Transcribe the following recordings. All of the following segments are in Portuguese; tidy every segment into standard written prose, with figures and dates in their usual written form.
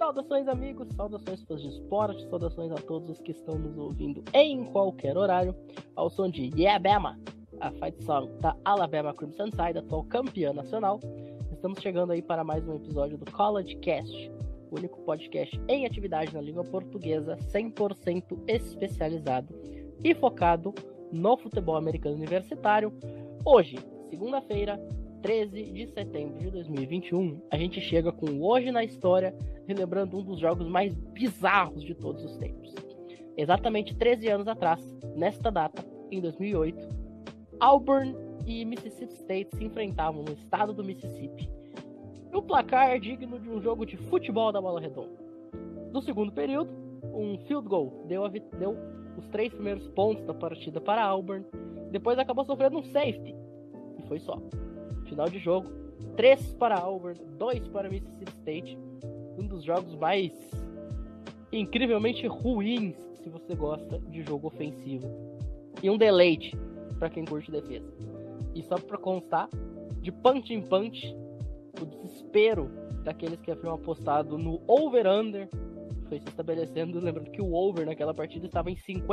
Saudações, amigos, saudações fãs de esporte, saudações a todos os que estão nos ouvindo em qualquer horário, ao som de Yeah Bama, a fight song da Alabama Crimson Tide, atual campeã nacional. Estamos chegando aí para mais um episódio do College Cast, o único podcast em atividade na língua portuguesa, 100% especializado e focado no futebol americano universitário. Hoje, segunda-feira, 13 de setembro de 2021, a gente chega com o Hoje na História, relembrando um dos jogos mais bizarros de todos os tempos. Exatamente 13 anos atrás, nesta data, em 2008, Auburn e Mississippi State se enfrentavam no estado do Mississippi. O placar é digno de um jogo de futebol da bola redonda. No segundo período, um field goal deu os 3 primeiros pontos da partida para Auburn, depois acabou sofrendo um safety, e foi só. Final de jogo, 3 para Auburn, 2 para Mississippi State. Um dos jogos mais incrivelmente ruins se você gosta de jogo ofensivo. E um deleite para quem curte defesa. E só para constar, de punch em punch, o desespero daqueles que haviam apostado no over-under foi se estabelecendo. Lembrando que o over naquela partida estava em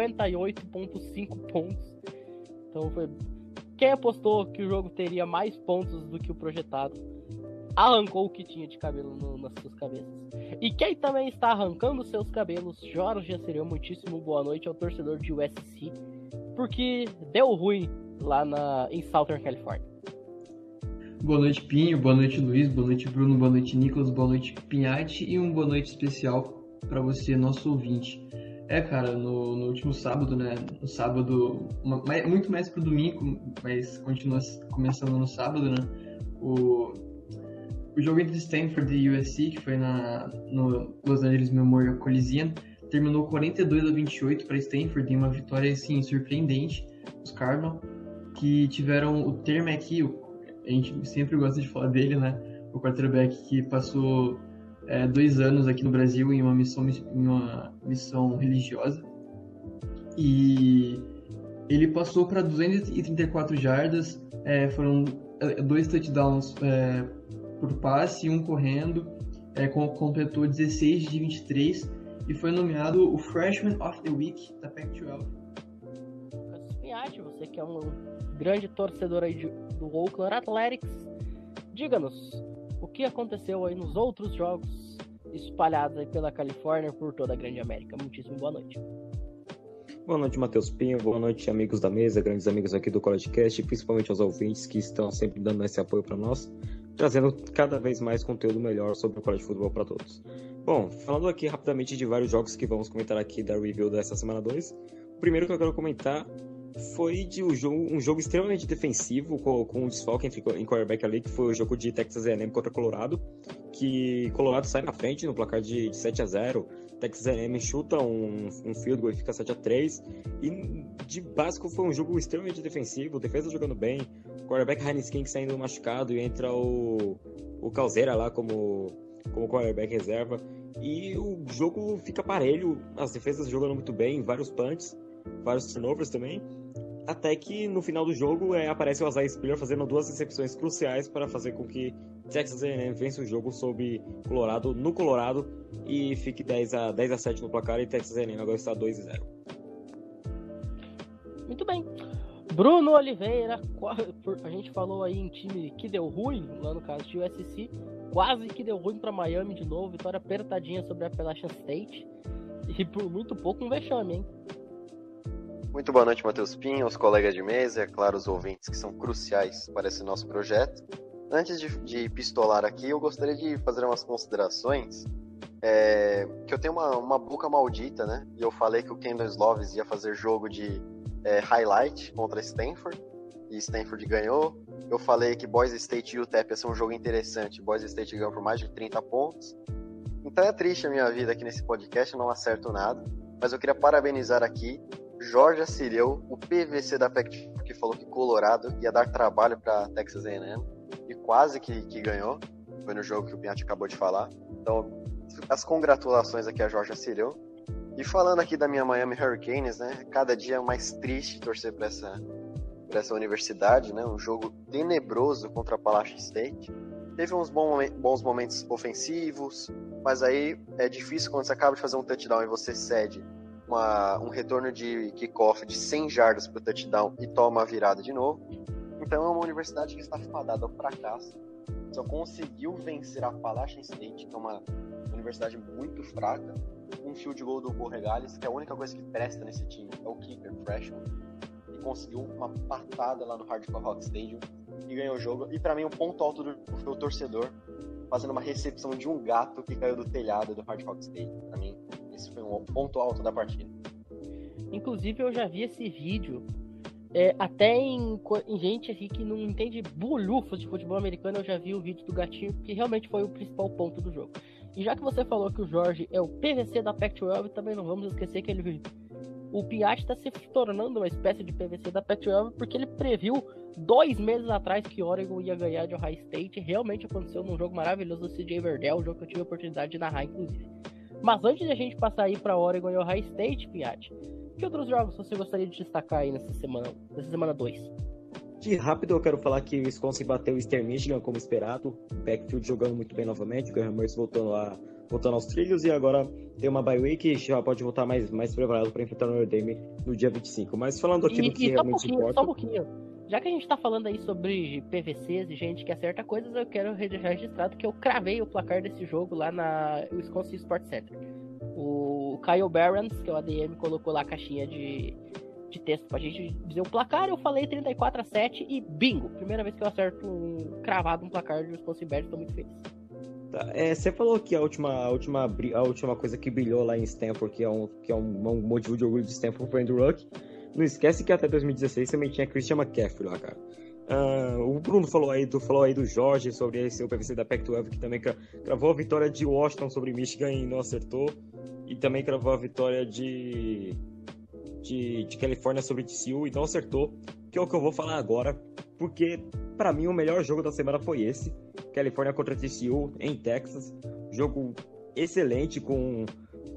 58,5 pontos. Então foi... Quem apostou que o jogo teria mais pontos do que o projetado arrancou o que tinha de cabelo nas suas cabeças. E quem também está arrancando seus cabelos, Jorge Asserião, muitíssimo boa noite ao torcedor de USC, porque deu ruim lá em Southern California. Boa noite, Pinho, boa noite, Luiz, boa noite, Bruno, boa noite, Nicolas, boa noite, Pinhatti, e boa noite especial para você, nosso ouvinte. Cara, no último sábado, né? No sábado, muito mais pro domingo, mas continua começando no sábado, né? O jogo entre Stanford e USC, que foi no Los Angeles Memorial Coliseum, terminou 42-28 para Stanford, em uma vitória assim, surpreendente. Os Cardinals, que tiveram o termo aqui, a gente sempre gosta de falar dele, né? O quarterback que passou 2 anos aqui no Brasil em uma missão religiosa, e ele passou para 234 jardas, foram 2 touchdowns por passe e 1 correndo, completou 16 de 23 e foi nomeado o Freshman of the Week da Pac-12. Pinhatti, você que é um grande torcedor aí do Oakland Athletics, diga-nos o que aconteceu aí nos outros jogos espalhados aí pela Califórnia, por toda a grande América. Muitíssimo boa noite. Boa noite, Matheus Pinho. Boa noite, amigos da mesa, grandes amigos aqui do College Cast, principalmente aos ouvintes que estão sempre dando esse apoio para nós, trazendo cada vez mais conteúdo melhor sobre o college futebol para todos. Bom, falando aqui rapidamente de vários jogos que vamos comentar aqui da review dessa semana 2, o primeiro que eu quero comentar foi de um jogo extremamente defensivo, com um desfalque em quarterback ali, que foi o jogo de Texas A&M contra Colorado, que Colorado sai na frente no placar de 7-0, Texas A&M chuta um field goal e fica 7-3, e de básico foi um jogo extremamente defensivo, defesa jogando bem, quarterback Heinz King saindo machucado e entra o Calzera lá como quarterback reserva, e o jogo fica parelho, as defesas jogando muito bem, vários punts, vários turnovers também, até que no final do jogo aparece o Isaiah Spiller fazendo 2 recepções cruciais para fazer com que Texas A&M vença o jogo sobre Colorado no Colorado e fique 10-7 no placar, e Texas A&M agora está 2-0. Muito bem. Bruno Oliveira, a gente falou aí em time que deu ruim, lá no caso de USC, quase que deu ruim para Miami de novo, vitória apertadinha sobre a Appalachian State, e por muito pouco um vexame, hein? Muito boa noite, Matheus Pinho, os colegas de mesa e, é claro, os ouvintes que são cruciais para esse nosso projeto. Antes de pistolar aqui, eu gostaria de fazer umas considerações, que eu tenho uma boca maldita, né? E eu falei que o Kendall Slovis ia fazer jogo de highlight contra Stanford, e Stanford ganhou. Eu falei que Boise State e UTEP ia ser um jogo interessante, Boise State ganhou por mais de 30 pontos. Então é triste a minha vida aqui nesse podcast, eu não acerto nada, mas eu queria parabenizar aqui Jorge Asserião, o PVC da Pac-12, que falou que Colorado ia dar trabalho para Texas A&M, e quase que ganhou, foi no jogo que o Pinhatti acabou de falar. Então, as congratulações aqui a Jorge Asserião. E falando aqui da minha Miami Hurricanes, né, cada dia é mais triste torcer para essa universidade, né, um jogo tenebroso contra a Appalachian State. Teve uns bons momentos ofensivos, mas aí é difícil quando você acaba de fazer um touchdown e você cede um retorno de kickoff de 100 jardas para o touchdown e toma a virada de novo. Então é uma universidade que está fadada ao fracasso. Só conseguiu vencer a Appalachian State, que é uma universidade muito fraca, um field goal do Bo Regales, que é a única coisa que presta nesse time é o kicker freshman, e conseguiu uma patada lá no Hard Rock Stadium e ganhou o jogo. E para mim o ponto alto foi o torcedor fazendo uma recepção de um gato que caiu do telhado do Hard Rock Stadium. Para mim esse foi um ponto alto da partida. Inclusive eu já vi esse vídeo até em gente aqui que não entende bolhufos de futebol americano. Eu já vi o vídeo do gatinho, que realmente foi o principal ponto do jogo. E já que você falou que o Jorge é o PVC da Pac-12, também não vamos esquecer que o Piatti está se tornando uma espécie de PVC da Pac-12, porque ele previu 2 meses atrás que Oregon ia ganhar de Ohio State. Realmente aconteceu num jogo maravilhoso do CJ Verdell, um jogo que eu tive a oportunidade de narrar, inclusive. Mas antes de a gente passar aí para Oregon e Ohio State, Piatti, que outros jogos você gostaria de destacar aí nessa semana 2? De rápido, eu quero falar que o Wisconsin bateu o Eastern Michigan como esperado. O backfield jogando muito bem novamente, o Graham Mertz voltando aos trilhos, e agora tem uma bye week e já pode voltar mais preparado para enfrentar o Notre Dame no dia 25. Mas falando aqui do que realmente importa... Só um pouquinho. Já que a gente tá falando aí sobre PVCs e gente que acerta coisas, eu quero deixar registrado que eu cravei o placar desse jogo lá na Wisconsin Sports Center. O Kyle Barons, que é o ADM, colocou lá a caixinha de texto pra gente dizer o placar. Eu falei 34-7 e bingo! Primeira vez que eu acerto cravado um placar de Wisconsin Badgers, tô muito feliz. Tá, você falou que a última coisa que brilhou lá em Stanford, que é um motivo de orgulho de Stanford, foi Andrew Luck. Não esquece que até 2016 também tinha Christian McCaffrey lá, cara. O Bruno falou aí do Jorge sobre esse PVC da Pac-12, que também cravou a vitória de Washington sobre Michigan e não acertou. E também cravou a vitória de Califórnia sobre TCU e não acertou. Que é o que eu vou falar agora, porque pra mim o melhor jogo da semana foi esse. Califórnia contra TCU em Texas. Jogo excelente com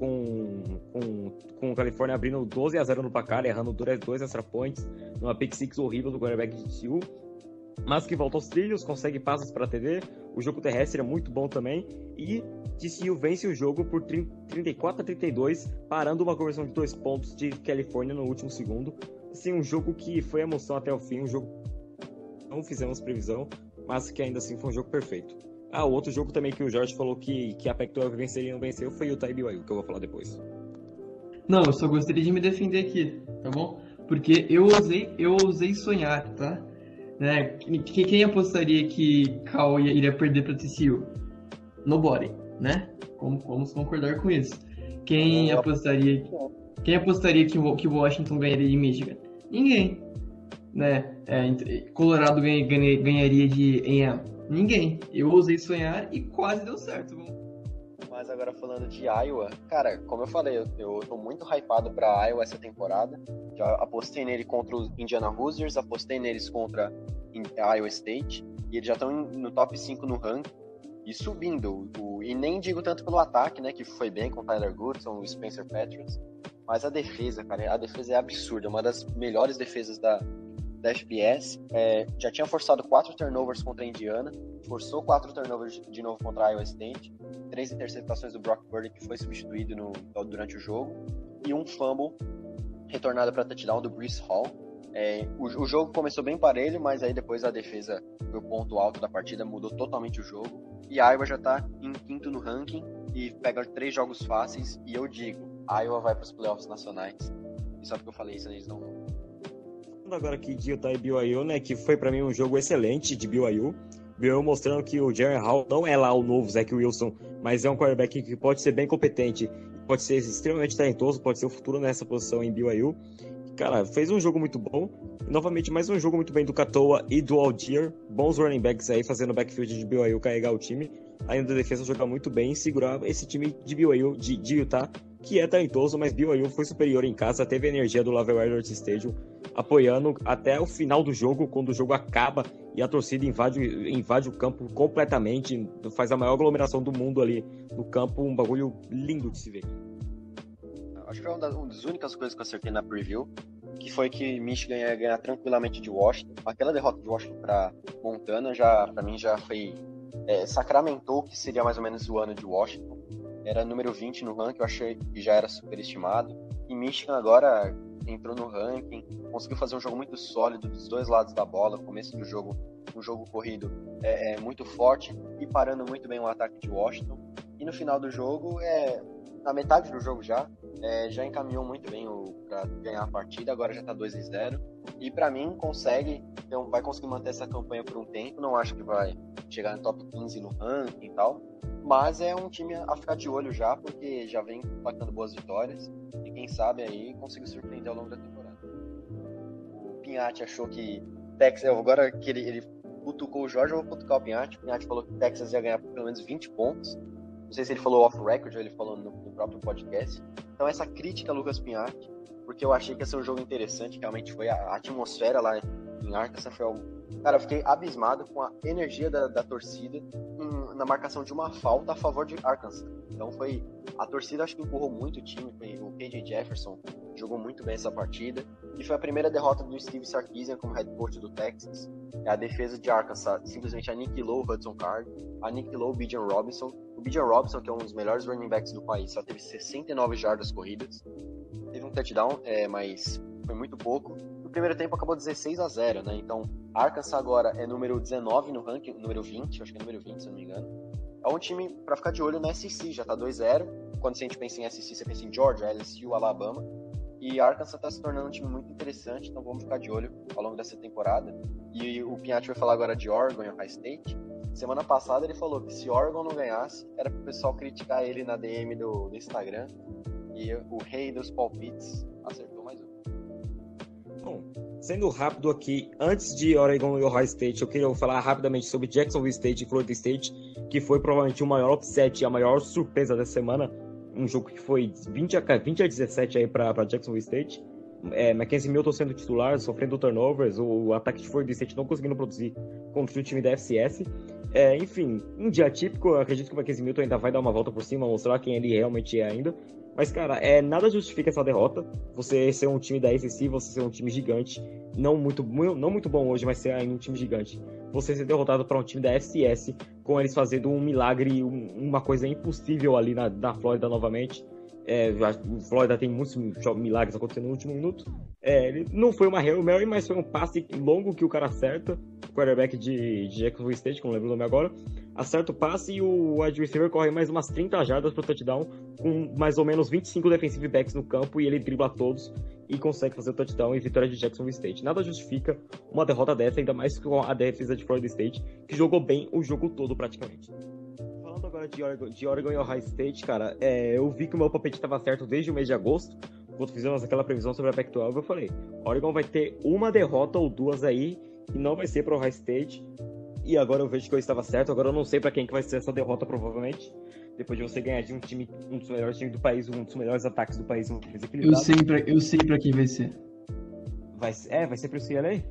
Califórnia abrindo 12-0 no placar, errando 2 extra points, numa pick six horrível do quarterback de TCU, mas que volta aos trilhos, consegue passos para TD. O jogo terrestre é muito bom também, e TCU vence o jogo por 34-32, parando uma conversão de 2 pontos de Califórnia no último segundo. Assim, um jogo que foi emoção até o fim, um jogo que não fizemos previsão, mas que ainda assim foi um jogo perfeito. O outro jogo também que o Jorge falou que a Pac-12 venceria e não venceu foi o Utah e BYU, que eu vou falar depois. Não, eu só gostaria de me defender aqui, tá bom? Porque eu ousei sonhar, tá? Né? Quem apostaria que Cal iria perder pra TCU? Nobody, né? Vamos concordar com isso. Quem apostaria que o Washington ganharia de Michigan? Ninguém, né? Colorado ganharia de A&M? Ninguém. Eu ousei sonhar e quase deu certo, viu? Mas agora falando de Iowa, cara, como eu falei, eu tô muito hypado pra Iowa essa temporada. Já apostei nele contra os Indiana Hoosiers, apostei neles contra Iowa State, e eles já estão no top 5 no ranking e subindo. E nem digo tanto pelo ataque, né, que foi bem com o Tyler Goodson, o Spencer Petras, mas a defesa, cara, a defesa é absurda, uma das melhores defesas da FBS. Já tinha forçado 4 turnovers contra a Indiana, forçou 4 turnovers de novo contra a Iowa State, 3 interceptações do Brock Purdy, que foi substituído durante o jogo, e um fumble retornado para touchdown do Breece Hall. O jogo começou bem parelho, mas aí depois a defesa foi o ponto alto da partida, mudou totalmente o jogo, e a Iowa já tá em 5º no ranking e pega 3 jogos fáceis, e eu digo, a Iowa vai para os playoffs nacionais. E só porque eu falei isso, eles não vão. Agora aqui de Utah e BYU, né, que foi pra mim um jogo excelente de BYU mostrando que o Jaren Hall não é lá o novo Zach Wilson, mas é um quarterback que pode ser bem competente, pode ser extremamente talentoso, pode ser o futuro nessa posição em BYU. Cara, fez um jogo muito bom, e novamente mais um jogo muito bem do Katoa e do Algier, bons running backs aí fazendo o backfield de BYU carregar o time, ainda a defesa jogar muito bem e segurar esse time de BYU, de Utah, que é talentoso, mas BYU foi superior em casa, teve a energia do Lavelle Edwards Stadium, apoiando até o final do jogo, quando o jogo acaba e a torcida invade o campo completamente, faz a maior aglomeração do mundo ali no campo, um bagulho lindo de se ver. Acho que foi uma das únicas coisas que eu acertei na preview, que foi que Michigan ia ganhar tranquilamente de Washington. Aquela derrota de Washington para Montana, pra mim já foi... sacramentou que seria mais ou menos o ano de Washington. era número 20 no ranking, eu achei que já era superestimado. E Michigan agora entrou no ranking, conseguiu fazer um jogo muito sólido dos dois lados da bola, começo do jogo, um jogo corrido muito forte e parando muito bem o ataque de Washington. E no final do jogo, na metade do jogo já encaminhou muito bem para ganhar a partida, agora já está 2-0. E para mim vai conseguir manter essa campanha por um tempo, não acho que vai chegar no top 15 no ranking e tal, mas é um time a ficar de olho já, porque já vem impactando boas vitórias e quem sabe aí conseguir surpreender ao longo da temporada. O Pinhatti achou que Texas, agora que ele cutucou o Jorge, eu vou cutucar o Pinhatti. O Pinhatti falou que Texas ia ganhar pelo menos 20 pontos. Não sei se ele falou off-record ou ele falou no próprio podcast. Então essa crítica a Lucas Pinhatti, porque eu achei que ia ser um jogo interessante, realmente foi a atmosfera lá em Arkansas, foi algo... Cara, eu fiquei abismado com a energia da torcida na marcação de uma falta a favor de Arkansas. Então a torcida acho que empurrou muito o time, o KJ Jefferson jogou muito bem essa partida, e foi a primeira derrota do Steve Sarkisian como head coach do Texas. A defesa de Arkansas simplesmente aniquilou o Hudson Card, aniquilou o Bijan Robinson. O Bijan Robinson, que é um dos melhores running backs do país, só teve 69 jardas corridas, teve um touchdown, mas foi muito pouco. No primeiro tempo acabou 16-0, né? Então Arkansas agora é número 19 no ranking, número 20, acho que é número 20, se eu não me engano. É um time para ficar de olho na SEC, já tá 2-0. Quando a gente pensa em SEC, você pensa em Georgia, LSU, Alabama. E Arkansas está se tornando um time muito interessante, então vamos ficar de olho ao longo dessa temporada. E o Pinhatti vai falar agora de Oregon e Ohio State. Semana passada ele falou que se Oregon não ganhasse, era pro pessoal criticar ele na DM do Instagram. E o rei dos palpites acertou mais um. Bom, sendo rápido aqui, antes de Oregon e Ohio State, eu queria falar rapidamente sobre Jacksonville State e Florida State, que foi provavelmente o maior upset e a maior surpresa dessa semana. Um jogo que foi 20-17 aí para Jacksonville State. Mackenzie Milton sendo titular, sofrendo turnovers, o ataque de Florida State não conseguindo produzir contra o time da FCS. Enfim, um dia típico, eu acredito que o Mackenzie Milton ainda vai dar uma volta por cima, mostrar quem ele realmente é ainda. Mas, cara, nada justifica essa derrota. Você ser um time da SEC, você ser um time gigante, não muito bom hoje, mas ser ainda um time gigante. Você ser derrotado para um time da FCS, com eles fazendo um milagre, uma coisa impossível ali na Flórida novamente. A Flórida tem muitos milagres acontecendo no último minuto. Ele não foi uma Hail Mary, mas foi um passe longo que o cara acerta. O quarterback de Jacksonville State, que não lembro o nome agora, acerta o passe e o wide receiver corre mais umas 30 jardas pro touchdown, com mais ou menos 25 defensive backs no campo, e ele dribla todos e consegue fazer o touchdown e vitória de Jacksonville State. Nada justifica uma derrota dessa, ainda mais com a defesa de Florida State, que jogou bem o jogo todo praticamente. Falando agora de Oregon e Ohio State, cara, eu vi que o meu palpite estava certo desde o mês de agosto, quando fizemos aquela previsão sobre a Pac-12, eu falei, Oregon vai ter uma derrota ou duas aí, e não vai ser para Ohio State, e agora eu vejo que eu estava certo. Agora eu não sei para quem que vai ser essa derrota, provavelmente, depois de você ganhar de um dos melhores times do país, um dos melhores ataques do país, um desequilibrado. Eu sei para quem vai ser. Vai ser pro CLA?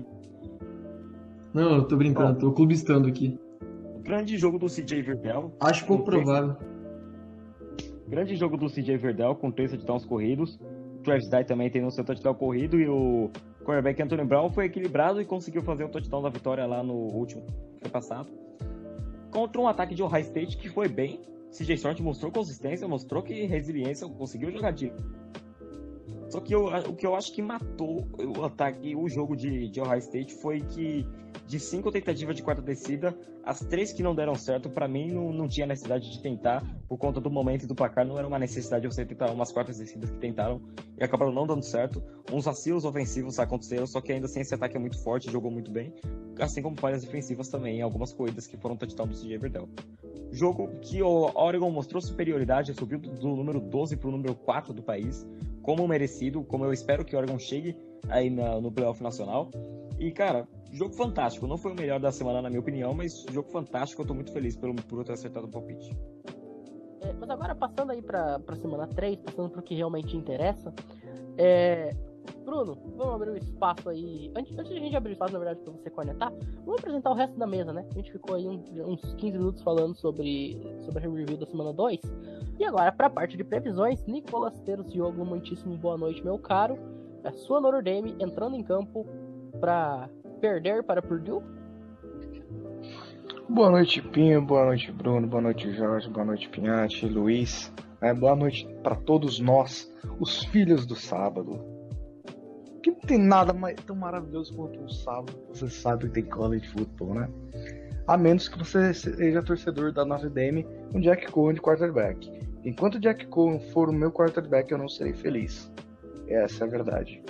Não, eu tô brincando, tô clubistando aqui. Grande jogo do CJ Verdell. Acho pouco provável. Grande jogo do CJ Verdell, com 3 touchdowns corridos. O Travis Dye também tem no seu touchdown corrido, e o quarterback Anthony Brown foi equilibrado e conseguiu fazer o touchdown da vitória lá no último que foi passado. Contra um ataque de Ohio State que foi bem. CJ Stroud mostrou consistência, mostrou que resiliência, conseguiu jogar de... Só que o que eu acho que matou o jogo de Ohio State foi que de 5 tentativas de quarta descida, as 3 que não deram certo, pra mim não tinha necessidade de tentar, por conta do momento e do placar, não era uma necessidade de você tentar umas quartas descidas que tentaram e acabaram não dando certo. Uns vacilos ofensivos aconteceram, só que ainda assim esse ataque é muito forte, jogou muito bem, assim como falhas defensivas também, em algumas corridas que foram touchdown do CJ Verdell. Jogo que o Oregon mostrou superioridade, subiu do número 12 pro número 4 do país, como merecido, como eu espero que o Oregon chegue aí no playoff nacional. E, cara, jogo fantástico. Não foi o melhor da semana, na minha opinião, mas jogo fantástico. Eu tô muito feliz por eu ter acertado o palpite. Mas agora, passando aí pra semana 3, passando pro que realmente interessa, Bruno, vamos abrir o espaço aí. Antes de a gente abrir o espaço, na verdade, pra você conectar, vamos apresentar o resto da mesa, né? A gente ficou aí uns 15 minutos falando sobre a review da semana 2. E agora, pra parte de previsões, Nicolas Terziogo, muitíssimo boa noite, meu caro. A sua Notre Dame entrando em campo pra perder para Purdue? Boa noite, Pinho, boa noite, Bruno, boa noite, Jorge, boa noite, Pinhatti, Luiz. Boa noite para todos nós, os filhos do sábado. Que não tem nada tão maravilhoso quanto um sábado, você sabe que tem college football, né? A menos que você seja torcedor da Notre Dame com Jack Cohen de quarterback. Enquanto Jack Cohen for o meu quarterback, eu não serei feliz. Essa é a verdade.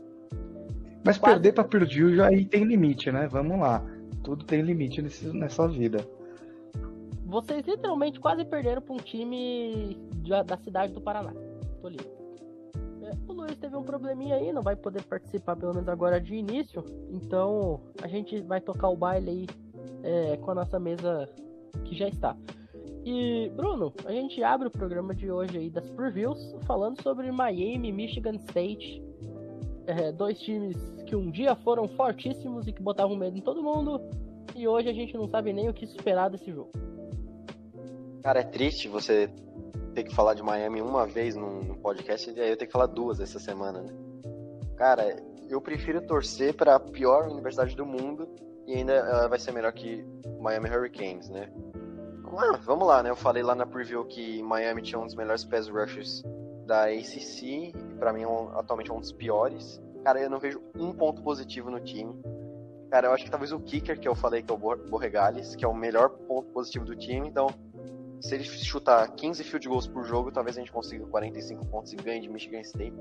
Mas perder para Purdue já aí tem limite, né? Vamos lá. Tudo tem limite nessa vida. Vocês literalmente quase perderam para um time da cidade do Paraná. Tô ligado. O Luiz teve um probleminha aí, não vai poder participar pelo menos agora de início. Então a gente vai tocar o baile aí com a nossa mesa que já está. E Bruno, a gente abre o programa de hoje aí das previews falando sobre Miami e Michigan State. Dois times que um dia foram fortíssimos e que botavam medo em todo mundo. E hoje a gente não sabe nem o que esperar desse jogo. Cara, é triste você ter que falar de Miami uma vez num podcast e aí eu tenho que falar duas essa semana, né? Cara, eu prefiro torcer para a pior universidade do mundo e ainda ela vai ser melhor que Miami Hurricanes, né? Vamos lá, né? Eu falei lá na preview que Miami tinha um dos melhores pass rushers da ACC e pra mim atualmente é um dos piores. Cara, eu não vejo um ponto positivo no time. Cara, eu acho que talvez o kicker que eu falei, que é o Borregales, que é o melhor ponto positivo do time. Então, se ele chutar 15 field goals por jogo, talvez a gente consiga 45 pontos e ganhe de Michigan State.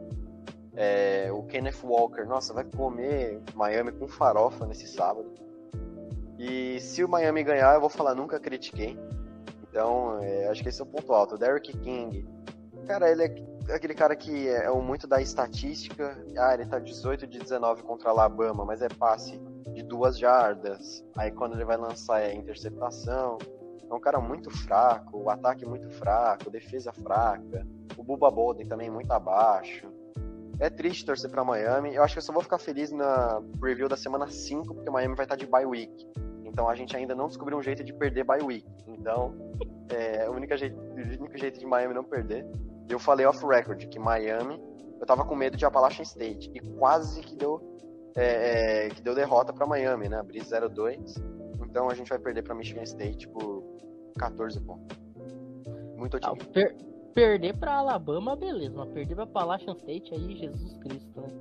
O Kenneth Walker, nossa, vai comer Miami com farofa nesse sábado. E se o Miami ganhar, eu vou falar nunca critiquei. Então, acho que esse é o ponto alto. O Derrick King, cara, ele é aquele cara que é muito da estatística. Ele tá 18 de 19 contra Alabama, mas é passe de 2 jardas. Aí quando ele vai lançar é interceptação. É um cara muito fraco, o ataque muito fraco, defesa fraca. O Bubba Bolden também muito abaixo. É triste torcer pra Miami. Eu acho que eu só vou ficar feliz na preview da semana 5, porque Miami vai estar de bye week. Então a gente ainda não descobriu um jeito de perder bye week. Então, o único jeito de Miami não perder. Eu falei off record que Miami, eu tava com medo de Appalachian State. E quase que deu derrota pra Miami, né? Abri 0-2. Então a gente vai perder pra Michigan State por 14 pontos. Muito otimista. Perder pra Alabama, beleza. Mas perder pra Appalachian State aí, Jesus Cristo, né?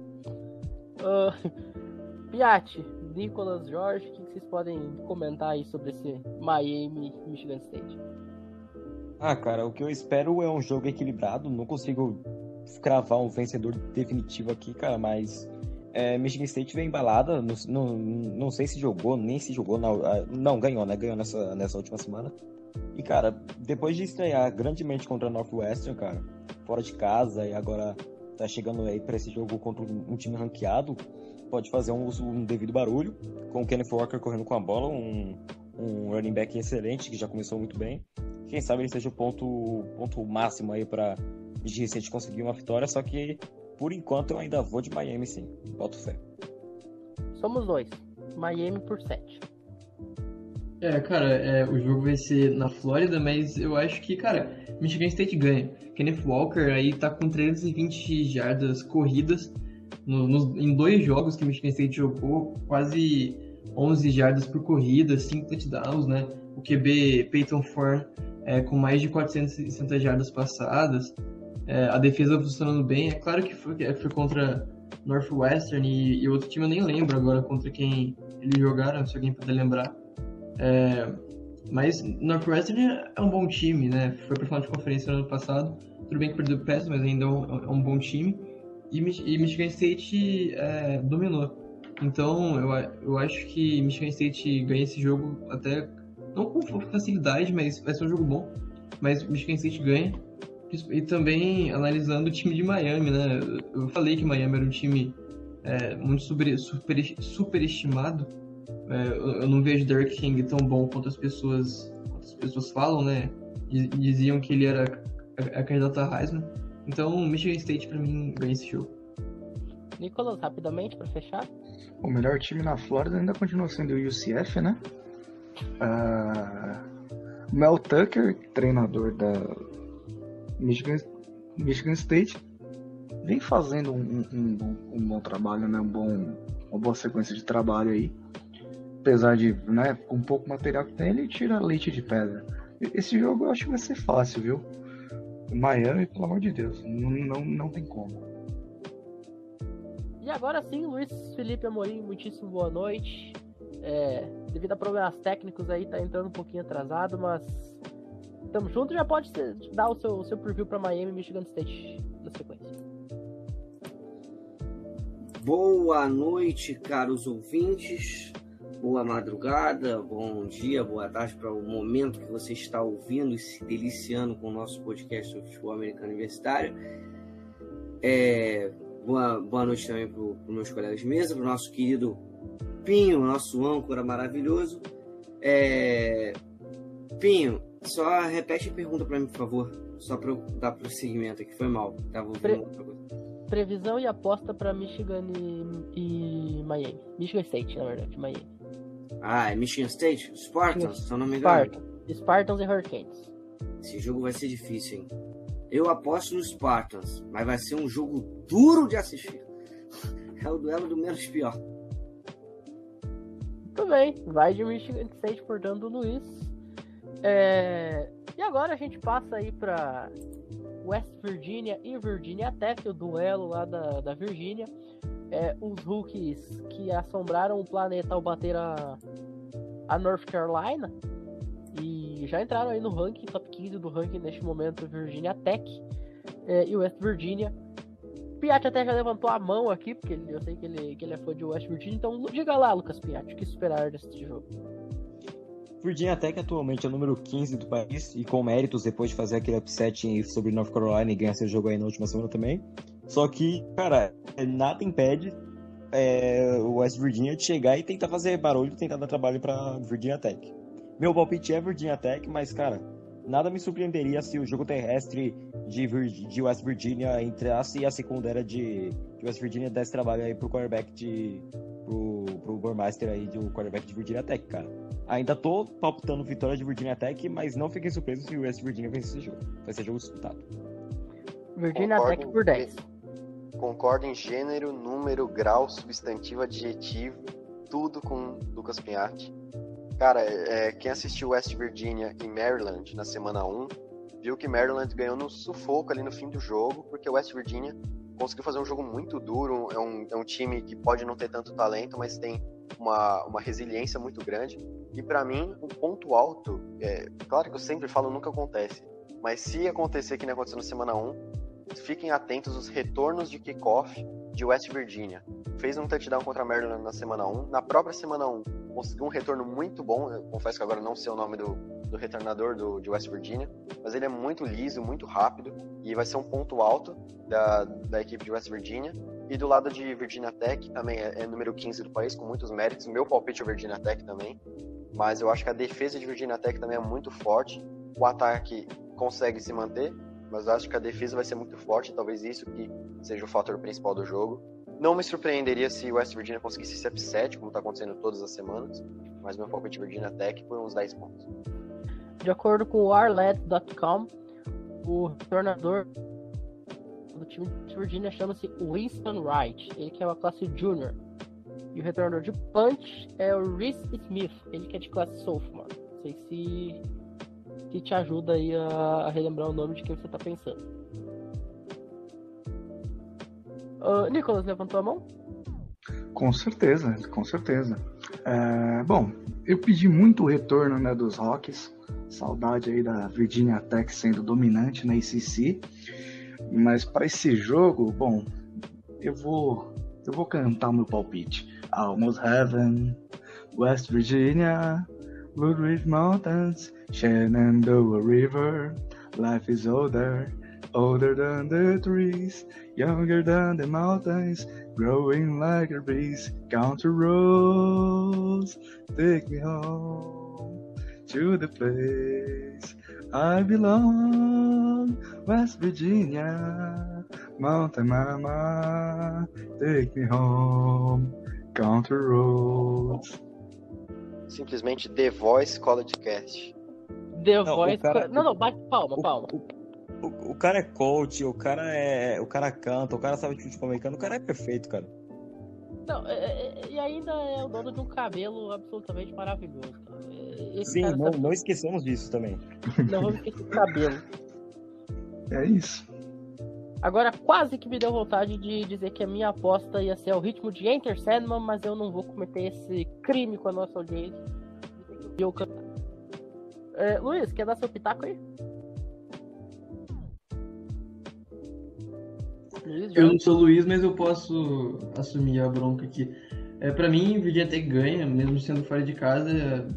Piatti, Nicolas, Jorge, o que vocês podem comentar aí sobre esse Miami e Michigan State? Cara, o que eu espero é um jogo equilibrado. Não consigo cravar um vencedor definitivo aqui, cara, mas Michigan State veio embalada. Não sei se jogou, nem se jogou. Não, ganhou, né? Ganhou nessa última semana. E, cara, depois de estrear grandemente contra a Northwestern, cara, fora de casa, e agora tá chegando aí pra esse jogo contra um time ranqueado, pode fazer um devido barulho, com o Kenneth Walker correndo com a bola, um running back excelente, que já começou muito bem. Quem sabe ele seja o ponto máximo aí pra Michigan State conseguir uma vitória, só que, por enquanto, eu ainda vou de Miami, sim. Boto fé. Somos dois. Miami por 7. Cara, o jogo vai ser na Flórida, mas eu acho que, cara, Michigan State ganha. Kenneth Walker aí tá com 320 jardas corridas em 2 jogos que Michigan State jogou, quase 11 jardas por corrida, 5 touchdowns, né? O QB Peyton Forn com mais de 460 jardas passadas. A defesa funcionando bem. É claro que foi contra Northwestern e outro time eu nem lembro agora contra quem eles jogaram, se alguém puder lembrar. Mas Northwestern é um bom time, né? Foi pra final de conferência no ano passado. Tudo bem que perdeu o PES, mas ainda é um bom time. E Michigan State dominou. Então eu acho que Michigan State ganha esse jogo até não com facilidade, mas vai ser um jogo bom. Mas Michigan State ganha. E também analisando o time de Miami, né? Eu falei que Miami era um time muito superestimado. Eu não vejo Derrick King tão bom quanto as pessoas falam, né? Diziam que ele era a candidata a Heisman. Então, Michigan State pra mim ganha esse jogo. Nicolas, rapidamente pra fechar. O melhor time na Flórida ainda continua sendo o UCF, né? Mel Tucker, treinador da Michigan State, vem fazendo um bom trabalho, né? Uma boa sequência de trabalho aí. apesar de, né, com pouco material que tem, ele tira leite de pedra. Esse jogo eu acho que vai ser fácil, viu? Miami, pelo amor de Deus, não tem como. E agora sim, Luiz Felipe Amorim, muitíssimo boa noite. Devido a problemas técnicos aí, tá entrando um pouquinho atrasado, mas tamo junto. Já pode dar o seu preview para Miami e Michigan State na sequência. Boa noite, caros ouvintes. Boa madrugada, bom dia, boa tarde para o momento que você está ouvindo e se deliciando com o nosso podcast sobre futebol americano universitário. Boa noite também para os meus colegas de mesa, para o nosso querido Pinho, nosso âncora maravilhoso. Pinho, só repete a pergunta para mim, por favor, só para eu dar prosseguimento aqui, foi mal. Tava ouvindo outra coisa. Previsão e aposta para Michigan e Miami. Michigan State, na verdade, Miami. É Michigan State? Spartans, se eu não me engano. Spartans e Hurricanes. Esse jogo vai ser difícil, hein? Eu aposto nos Spartans, mas vai ser um jogo duro de assistir. É o duelo do menos pior. Muito bem, vai de Michigan State, portanto, Luiz. E agora a gente passa aí para West Virginia e Virginia Tech, o duelo lá da Virgínia. Os rookies que assombraram o planeta ao bater a North Carolina e já entraram aí no ranking, top 15 do ranking neste momento, Virginia Tech e West Virginia. Piatti até já levantou a mão aqui, porque eu sei que ele é fã de West Virginia, então diga lá, Lucas Piatti, o que esperar desse jogo? Virginia Tech atualmente é o número 15 do país e com méritos depois de fazer aquele upset sobre North Carolina e ganhar seu jogo aí na última semana também. Só que, cara, nada impede o West Virginia de chegar e tentar fazer barulho, tentar dar trabalho pra Virginia Tech. Meu palpite é Virginia Tech, mas, cara, nada me surpreenderia se o jogo terrestre de West Virginia entrasse e a secundária de West Virginia desse trabalho aí pro quarterback pro Burmeister aí do quarterback de Virginia Tech, cara. Ainda tô palpitando vitória de Virginia Tech, mas não fiquem surpresos se o West Virginia vencer esse jogo. Vai ser jogo disputado. Virginia Tech por 10. Concordo em gênero, número, grau, substantivo, adjetivo, tudo com Lucas Piatti. Cara, quem assistiu West Virginia e Maryland na semana 1, viu que Maryland ganhou no sufoco ali no fim do jogo, porque o West Virginia conseguiu fazer um jogo muito duro, é um time que pode não ter tanto talento, mas tem uma resiliência muito grande. E pra mim, o ponto alto, claro que eu sempre falo, nunca acontece, mas se acontecer que nem aconteceu na semana 1, fiquem atentos aos retornos de kickoff de West Virginia. Fez um touchdown contra a Maryland na semana 1. Na própria semana 1, conseguiu um retorno muito bom. Eu confesso que agora não sei o nome do retornador de West Virginia, mas ele é muito liso, muito rápido, e vai ser um ponto alto da equipe de West Virginia. E do lado de Virginia Tech, também é número 15 do país, com muitos méritos. O meu palpite é Virginia Tech também, mas eu acho que a defesa de Virginia Tech também é muito forte. O ataque consegue se manter, mas eu acho que a defesa vai ser muito forte, talvez isso que seja o fator principal do jogo. Não me surpreenderia se o West Virginia conseguisse ser upset, como está acontecendo todas as semanas, mas meu palpite Virginia Tech por uns 10 pontos. De acordo com o Arlet.com, o retornador do time de Virginia chama-se Winston Wright, ele que é uma classe junior. E o retornador de punch é o Reese Smith, ele que é de classe sophomore. Não sei se te ajuda aí a relembrar o nome de quem você tá pensando. Nicolas, levantou a mão? Com certeza. Bom, eu pedi muito o retorno, né, dos Rockies. Saudade aí da Virginia Tech sendo dominante na ACC. Mas para esse jogo, bom, eu vou cantar meu palpite. Almost Heaven, West Virginia, Blue Ridge Mountains, Shenandoah River, life is older than the trees, younger than the mountains, growing like a breeze, country roads, take me home to the place I belong, West Virginia, Mountain Mama, take me home, country roads. Simplesmente The Voice College Cast. The Voice. Não, bate palma. O cara é coach, o cara canta, o cara sabe de futebol americano, o cara é perfeito, cara. Não, e ainda é o dono de um cabelo absolutamente maravilhoso, cara. Sim, não esqueçamos disso também. Não vamos esquecer do cabelo. É isso. Agora, quase que me deu vontade de dizer que a minha aposta ia ser ao ritmo de Enter Sandman, mas eu não vou cometer esse crime com a nossa audiência. Luiz, quer dar seu pitaco aí? Eu não sou o Luiz, mas eu posso assumir a bronca aqui. Pra mim, o Virginia Tech ganha, mesmo sendo fora de casa.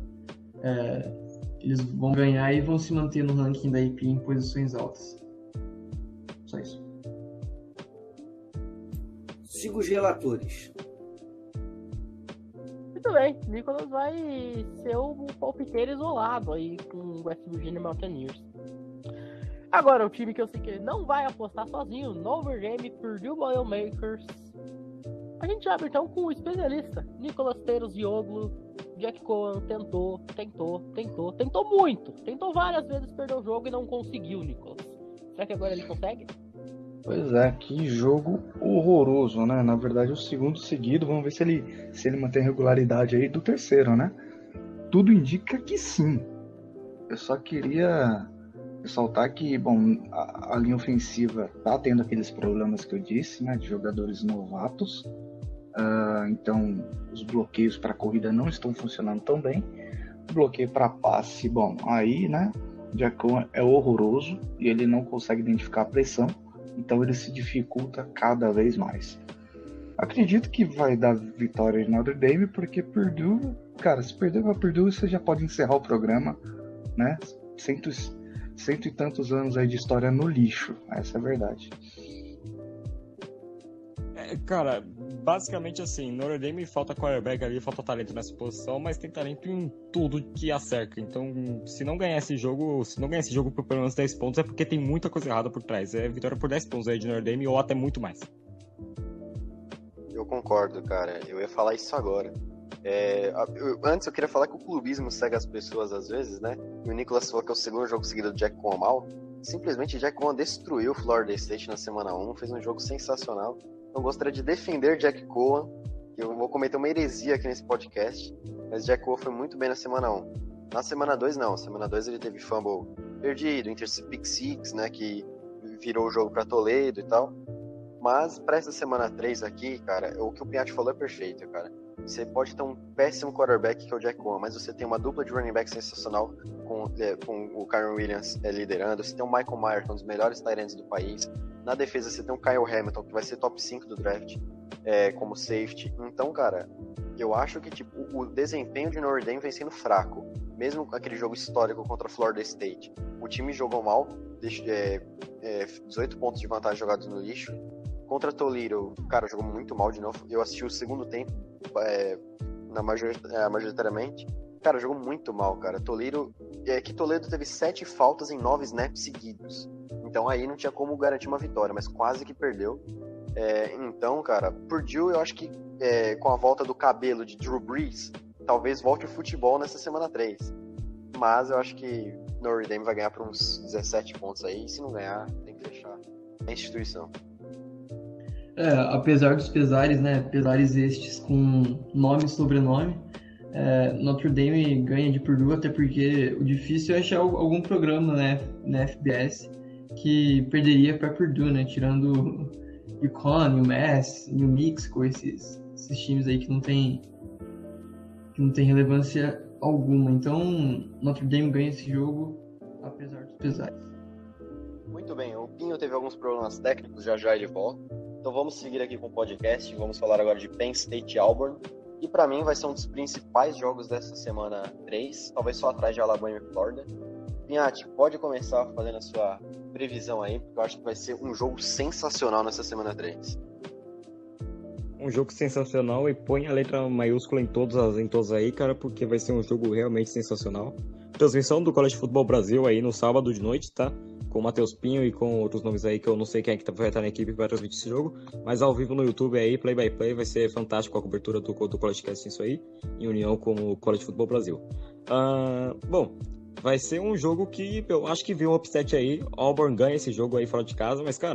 Eles vão ganhar e vão se manter no ranking da IP em posições altas. Só isso. Siga os relatores. Muito bem, Nicolas vai ser o palpiteiro isolado aí com o West Virginia Mountaineers. Agora, o time que eu sei que ele não vai apostar sozinho, Notre Dame, Purdue Boilermakers. A gente abre então com o especialista, Nicolas Terzioglu. Jack Cohen tentou muito. Tentou várias vezes, perdeu o jogo e não conseguiu, Nicolas. Será que agora ele consegue? Pois é, que jogo horroroso, né? Na verdade, o segundo seguido, vamos ver se ele mantém regularidade aí do terceiro, né? Tudo indica que sim. Eu só queria ressaltar que, bom, a linha ofensiva tá tendo aqueles problemas que eu disse, né? De jogadores novatos. Então, os bloqueios para corrida não estão funcionando tão bem. O bloqueio para passe, bom, aí, né? Jack Cohen é horroroso e ele não consegue identificar a pressão. Então ele se dificulta cada vez mais. Acredito que vai dar vitória de Notre Dame, porque Purdue, cara, se perder para Purdue, você já pode encerrar o programa, né? Cento e tantos anos aí de história no lixo, essa é a verdade. Cara, basicamente assim, Notre Dame falta quarterback ali, falta talento nessa posição, mas tem talento em tudo que acerca. Então, se não ganhar esse jogo por pelo menos 10 pontos, é porque tem muita coisa errada por trás. É vitória por 10 pontos aí de Notre Dame ou até muito mais. Eu concordo, cara. Eu ia falar isso agora. Antes eu queria falar que o clubismo cega as pessoas às vezes, né? E o Nicolas falou que é o segundo jogo seguido do Jack Cohen mal. Simplesmente Jack Cohen destruiu o Florida State na semana 1, fez um jogo sensacional. Eu gostaria de defender Jack Cohen, que eu vou cometer uma heresia aqui nesse podcast, mas Jack Cohen foi muito bem na semana 1. Na semana 2 não, na semana 2 ele teve fumble perdido, pick six, né, que virou o jogo para Toledo e tal. Mas para essa semana 3 aqui, cara, o que o Pinhatti falou é perfeito, cara. Você pode ter um péssimo quarterback que é o Jack Cohen, mas você tem uma dupla de running back sensacional com o Kyren Williams liderando, você tem o Michael Mayer, que é um dos melhores tight ends do país. Na defesa você tem o Kyle Hamilton, que vai ser top 5 do draft, como safety. Então, cara, eu acho que tipo, o desempenho de Notre Dame vem sendo fraco, mesmo com aquele jogo histórico contra a Florida State. O time jogou mal, 18 pontos de vantagem jogados no lixo. Contra Toledo, cara, jogou muito mal de novo. Eu assisti o segundo tempo, majoritariamente. Cara, jogou muito mal, cara. Toledo teve 7 faltas em 9 snaps seguidos. Então aí não tinha como garantir uma vitória, mas quase que perdeu. Então, cara, Purdue, eu acho que com a volta do cabelo de Drew Brees, talvez volte o futebol nessa semana 3. Mas eu acho que Notre Dame vai ganhar por uns 17 pontos aí. E se não ganhar, tem que fechar a instituição. Apesar dos pesares, né? Pesares estes com nome e sobrenome, Notre Dame ganha de Purdue, até porque o difícil é achar algum programa, né, na FBS que perderia para Purdue, né? Tirando UConn, UMass, New Mexico, esses times aí que não tem relevância alguma. Então, Notre Dame ganha esse jogo, apesar dos pesares. Muito bem, o Pinho teve alguns problemas técnicos, já ele volta. Então vamos seguir aqui com o podcast, vamos falar agora de Penn State e Auburn. E para mim vai ser um dos principais jogos dessa semana 3, talvez só atrás de Alabama e Florida. Pinhatti, pode começar fazendo a sua previsão aí, porque eu acho que vai ser um jogo sensacional nessa semana 3. Um jogo sensacional, e põe a letra maiúscula em todos aí, cara, porque vai ser um jogo realmente sensacional. Transmissão do College Football Brasil aí no sábado de noite, tá? Com o Matheus Pinho e com outros nomes aí que eu não sei quem é que vai estar na equipe para transmitir esse jogo, mas ao vivo no YouTube aí, play by play, vai ser fantástico a cobertura do CollegeCast isso aí, em união com o College Football Brasil. Bom, vai ser um jogo que eu acho que viu um upset aí. Auburn ganha esse jogo aí fora de casa, mas cara,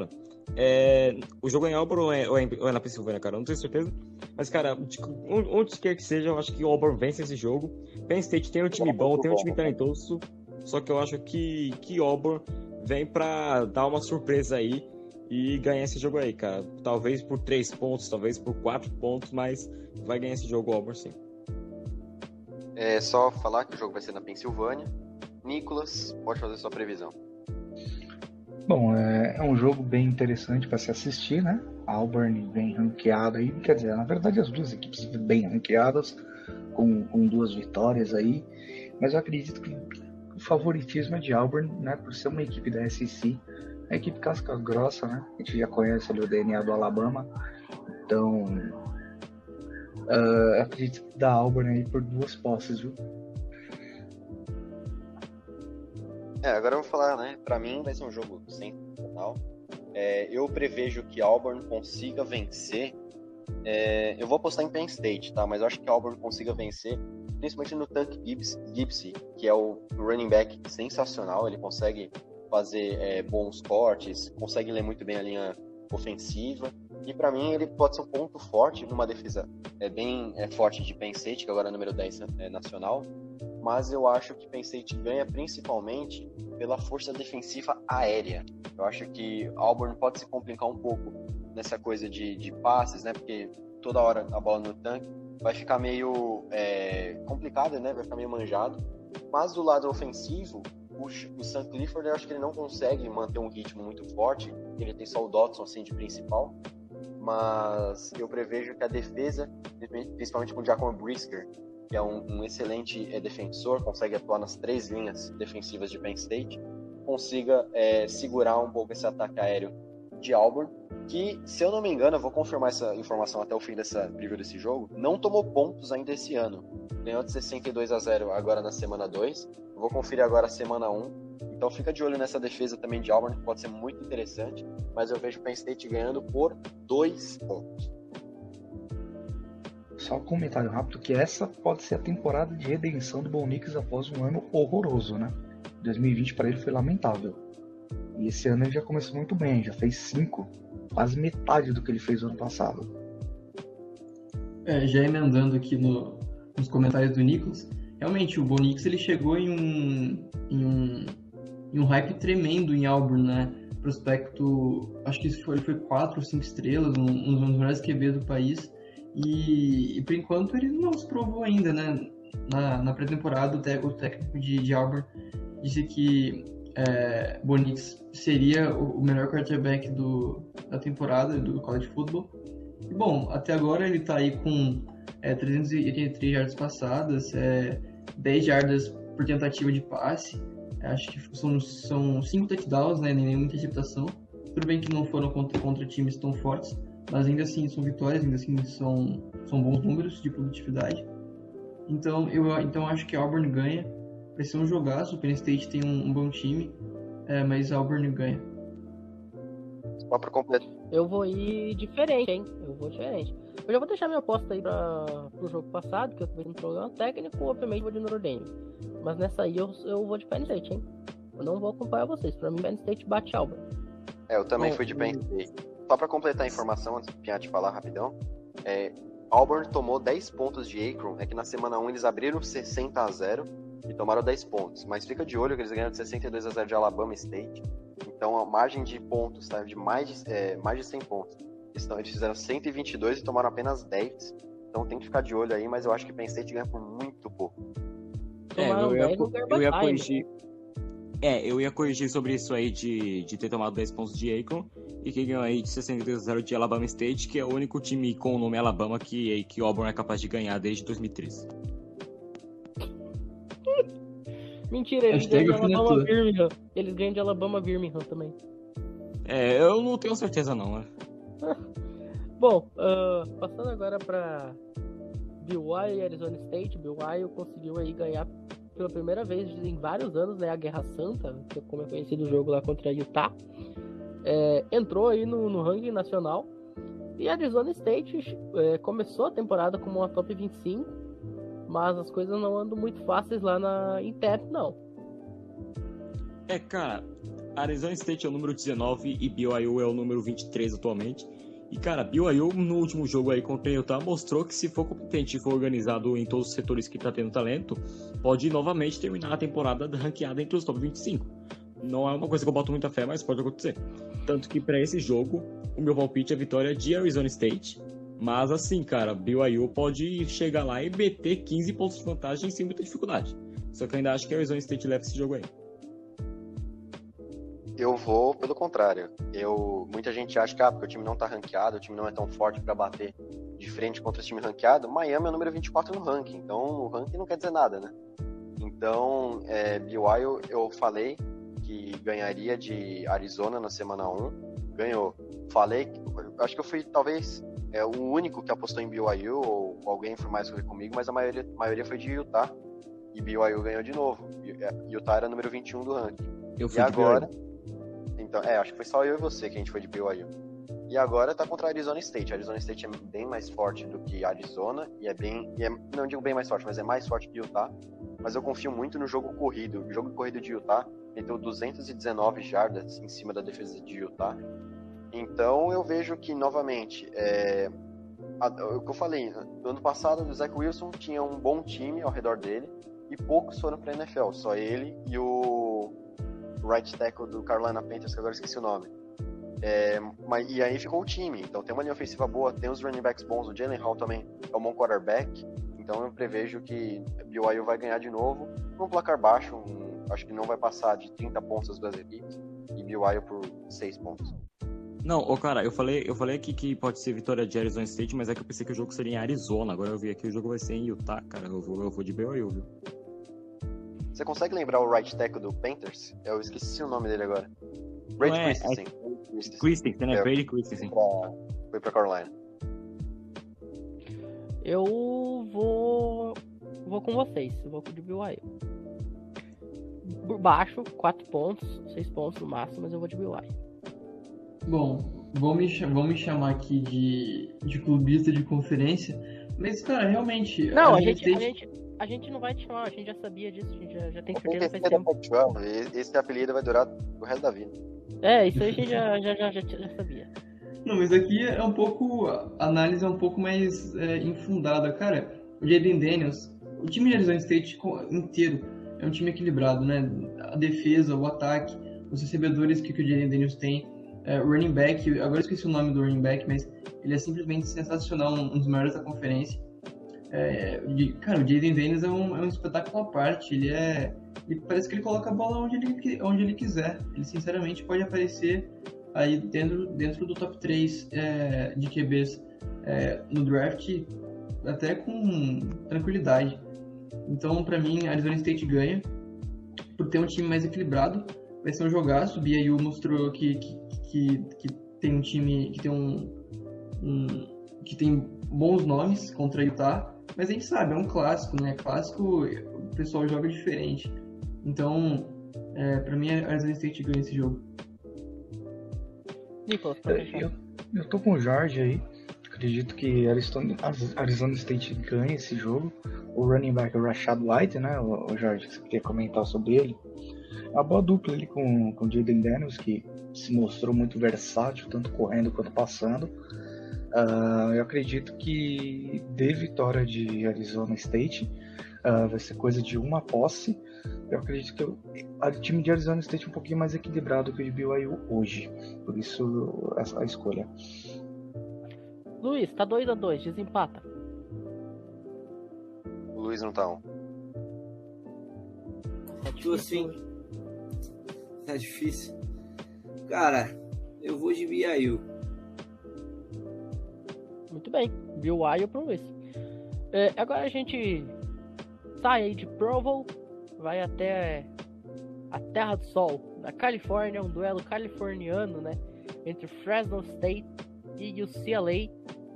O jogo é em Auburn ou é na Pensilvânia, cara? Eu não tenho certeza. Mas, cara, onde quer que seja, eu acho que o Auburn vence esse jogo. Penn State tem um time bom, tem um time talentoso. Só que eu acho que Auburn vem pra dar uma surpresa aí e ganhar esse jogo aí, cara. Talvez por 3 pontos, talvez por 4 pontos, mas vai ganhar esse jogo o Auburn, sim. É só falar que o jogo vai ser na Pensilvânia. Nicolas, pode fazer sua previsão. Bom, é um jogo bem interessante para se assistir, né? Auburn bem ranqueado aí, quer dizer, na verdade as duas equipes bem ranqueadas, com 2 vitórias aí, mas eu acredito que o favoritismo é de Auburn, né? Por ser uma equipe da SEC, a equipe casca grossa, né? A gente já conhece ali o DNA do Alabama, então acredito que dá Auburn aí por 2 posses, viu? Agora eu vou falar, né? Pra mim vai ser um jogo sensacional. Eu prevejo que Auburn consiga vencer. Eu vou apostar em Penn State, tá? Mas eu acho que Auburn consiga vencer, principalmente no Tank Gipsy, que é o running back sensacional. Ele consegue fazer bons cortes, consegue ler muito bem a linha ofensiva. E pra mim ele pode ser um ponto forte numa defesa bem forte de Penn State, que agora é número 10 nacional. Mas eu acho que Penn State ganha principalmente pela força defensiva aérea. Eu acho que Auburn pode se complicar um pouco nessa coisa de passes, né? Porque toda hora a bola no tanque vai ficar meio complicada, né? Vai ficar meio manjado. Mas do lado ofensivo, o Sam Clifford, eu acho que ele não consegue manter um ritmo muito forte. Ele tem só o Dotson assim, de principal. Mas eu prevejo que a defesa, principalmente com o Jaquan Brisker, que é um excelente defensor, consegue atuar nas 3 linhas defensivas de Penn State, consiga segurar um pouco esse ataque aéreo de Auburn, que, se eu não me engano, eu vou confirmar essa informação até o fim dessa preview desse jogo, não tomou pontos ainda esse ano. Ganhou de 62-0 agora na semana 2, eu vou conferir agora a semana 1, então fica de olho nessa defesa também de Auburn, que pode ser muito interessante, mas eu vejo o Penn State ganhando por 2 pontos. Só um comentário rápido, que essa pode ser a temporada de redenção do Bo Nix após um ano horroroso, né? 2020 para ele foi lamentável. E esse ano ele já começou muito bem, já fez 5, quase metade do que ele fez ano passado. Já emendando aqui nos comentários do Nicolas, realmente o Bo Nix ele chegou em um hype tremendo em Auburn, né? Prospecto, acho que ele foi 4 ou 5 estrelas, um dos melhores QBs do país. E por enquanto ele não se provou ainda, né? Na pré-temporada, o técnico de Auburn disse que Bo Nix seria o melhor quarterback da temporada do college football. E, bom, até agora ele está aí com 383 jardas passadas, 10 jardas por tentativa de passe. Acho que são 5 touchdowns, né? Nenhuma interceptação. Tudo bem que não foram contra times tão fortes, mas ainda assim são vitórias, ainda assim são bons números de produtividade. Então eu acho que Auburn ganha. Vai ser um jogaço, o Penn State tem um bom time, mas Auburn ganha. Só para completar. Eu vou ir diferente, hein? Eu já vou deixar minha aposta aí pro jogo passado, que eu tive um problema técnico, obviamente vou de Notre Dame. Mas nessa aí eu vou de Penn State, hein? Eu não vou acompanhar vocês. Pra mim, Penn State bate Auburn. Eu também fui de Penn State. Só para completar a informação, antes do Piatti falar rapidão, Auburn tomou 10 pontos de Akron, que na semana 1 eles abriram 60-0 e tomaram 10 pontos, mas fica de olho que eles ganharam de 62-0 de Alabama State, então a margem de pontos tá de mais de 100 pontos. Eles fizeram 122 e tomaram apenas 10, então tem que ficar de olho aí, mas eu acho que Penn State ganha por muito pouco. Eu ia corrigir. Eu ia corrigir sobre isso aí de ter tomado 10 pontos de Akron e que ganhou aí de 62-0 de Alabama State, que é o único time com o nome Alabama que Auburn é capaz de ganhar desde 2013. Mentira, eles ganham de Alabama Birmingham. Eles ganham de Alabama Birmingham também. Eu não tenho certeza não, né? Bom, passando agora para BYU e Arizona State. BYU conseguiu aí ganhar pela primeira vez em vários anos, né, a Guerra Santa, que é como é conhecido o jogo lá contra a Utah. Entrou aí no ranking nacional. E a Arizona State começou a temporada como uma top 25, mas as coisas não andam muito fáceis lá em Tempe, não. Cara, Arizona State é o número 19 e BYU é o número 23 atualmente. E, cara, BYU no último jogo aí contra o Utah mostrou que se for competente e for organizado em todos os setores que tá tendo talento, pode novamente terminar a temporada ranqueada entre os top 25. Não é uma coisa que eu boto muita fé, mas pode acontecer. Tanto que para esse jogo, o meu palpite é a vitória de Arizona State. Mas assim, cara, BYU pode chegar lá e meter 15 pontos de vantagem sem muita dificuldade. Só que eu ainda acho que a Arizona State leva esse jogo aí. Eu vou pelo contrário. Muita gente acha que porque o time não tá ranqueado, o time não é tão forte para bater de frente contra esse time ranqueado. Miami é o número 24 no ranking, então o ranking não quer dizer nada, né? Então, BYU eu falei que ganharia de Arizona na semana 1, ganhou. Falei, acho que eu fui talvez o único que apostou em BYU, ou alguém foi mais comigo, mas a maioria foi de Utah, e BYU ganhou de novo. Utah era número 21 do ranking. Eu fui e de agora, BYU. então, acho que foi só eu e você que a gente foi de BYU. E agora tá contra a Arizona State. A Arizona State é bem mais forte do que a Arizona, não digo bem mais forte, mas é mais forte que Utah. Mas eu confio muito no jogo corrido. O jogo corrido de Utah meteu 219 jardas em cima da defesa de Utah. Então eu vejo que, novamente, o que eu falei, no ano passado o Zach Wilson tinha um bom time ao redor dele e poucos foram pra NFL, só ele e o right tackle do Carolina Panthers, que agora eu esqueci o nome. E aí ficou o time, então tem uma linha ofensiva boa, tem os running backs bons, o Jalen Hall também é um bom quarterback, então eu prevejo que BYU vai ganhar de novo, num placar baixo, acho que não vai passar de 30 pontos as duas equipes, e BYU por 6 pontos. Não, cara, eu falei aqui que pode ser vitória de Arizona State, mas é que eu pensei que o jogo seria em Arizona. Agora eu vi aqui que o jogo vai ser em Utah, cara. Eu vou de BYU, viu? Você consegue lembrar o right tackle do Panthers? Eu esqueci o nome dele agora. Brady Christensen. Christensen, né? Brady Christensen. Foi pra Carolina. Eu vou com vocês. Eu vou com o de BYU. Por baixo, 4 pontos, 6 pontos no máximo, mas eu vou de BYU. Bom, vão me chamar aqui de clubista de conferência, mas, cara, realmente... Não, a gente não vai te chamar, a gente já sabia disso, a gente já tem certeza faz tempo. Esse apelido vai durar o resto da vida. Isso aí a gente já sabia. Não, mas aqui a análise é um pouco mais infundada. Cara, o Jaden Daniels, o time de Arizona State inteiro é um time equilibrado, né? A defesa, o ataque, os recebedores que o Jaden Daniels tem, o running back, agora eu esqueci o nome do running back, mas ele é simplesmente sensacional, um dos maiores da conferência. Cara, o Jaden Daniels é um espetáculo à parte, ele parece que ele coloca a bola onde ele quiser. Ele, sinceramente, pode aparecer aí dentro do top 3 de QBs no draft, até com tranquilidade. Então, pra mim, a Arizona State ganha, por ter um time mais equilibrado. Vai ser um jogaço. O BYU mostrou que tem um time que tem bons nomes contra Utah, mas a gente sabe, é um clássico, né? Clássico, o pessoal joga diferente. Então, pra mim, a Arizona State ganha esse jogo. Nicolas, eu tô com o Jorge aí. Acredito que Arizona State ganha esse jogo. O running back é o Rashad White, né? O Jorge, você queria comentar sobre ele? A boa dupla ali com o Jaden Daniels, que se mostrou muito versátil, tanto correndo quanto passando. Eu acredito que de vitória de Arizona State vai ser coisa de uma posse. Eu acredito que o time de Arizona State é um pouquinho mais equilibrado que o de BYU hoje. Por isso a escolha. Luiz, tá 2-2, desempata. O Luiz não tá 1. Assim, tá difícil. Cara, eu vou de BYU. Muito bem, BYU pro Luiz. Agora a gente sai aí de Provo, vai até a Terra do Sol, na Califórnia, um duelo californiano, né? Entre Fresno State e UCLA.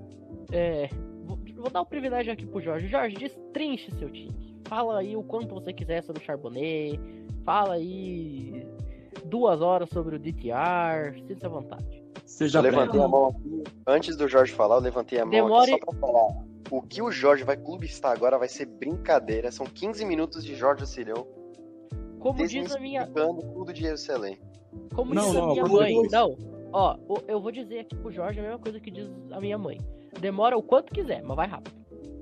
Vou dar o privilégio aqui pro Jorge. Jorge, destrinche seu time. Fala aí o quanto você quiser sobre o Charbonnet. Fala aí 2 horas sobre o DTR. Sinta à vontade. Eu levantei a mão aqui. Antes do Jorge falar, eu levantei a mão aqui só pra falar. O que o Jorge vai clubistar agora vai ser brincadeira. São 15 minutos de Jorge Cirão. Como diz a minha... tudo de UCLA. Como diz a minha mãe... Não, ó, eu vou dizer aqui pro Jorge a mesma coisa que diz a minha mãe. Demora o quanto quiser, mas vai rápido.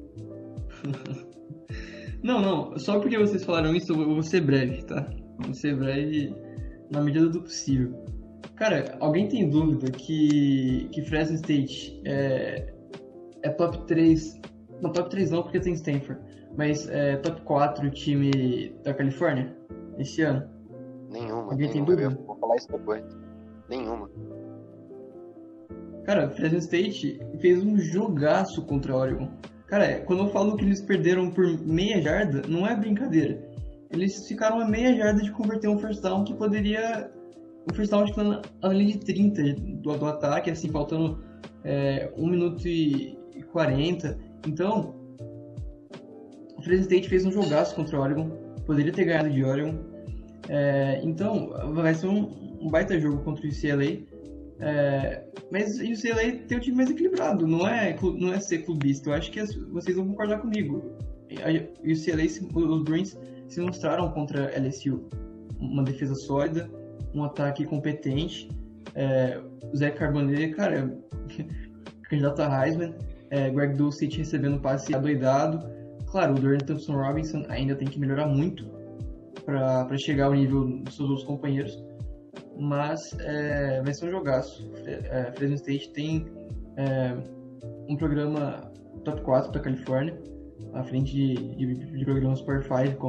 Não, só porque vocês falaram isso, eu vou ser breve, tá? Vou ser breve na medida do possível. Cara, alguém tem dúvida que Fresno State é top 3... Não, top 3 não, porque tem Stanford. Mas é top 4 time da Califórnia esse ano? Nenhuma. Alguém tem dúvida? Eu vou falar isso depois. Nenhuma. Cara, Fresno State fez um jogaço contra a Oregon. Cara, quando eu falo que eles perderam por meia jarda, não é brincadeira. Eles ficaram a meia jarda de converter um first down que poderia... Um first down na linha de 30 do ataque, assim, faltando 1 minuto e 40. Então, o Fresno State fez um jogaço contra o Oregon. Poderia ter ganhado de Oregon. Então, vai ser um baita jogo contra o UCLA. Mas o UCLA tem um time mais equilibrado, não é ser clubista. Eu acho que vocês vão concordar comigo. O UCLA, os Bruins se mostraram contra a LSU. Uma defesa sólida, um ataque competente. O Zach Charbonnet, cara, candidato a Heisman. Greg Dulcich recebendo passe adoidado. Claro, o Dorian Thompson-Robinson ainda tem que melhorar muito para chegar ao nível dos seus outros companheiros. Mas vai ser um jogaço. Fresno State tem um programa top 4 da Califórnia, à frente de programas Power 5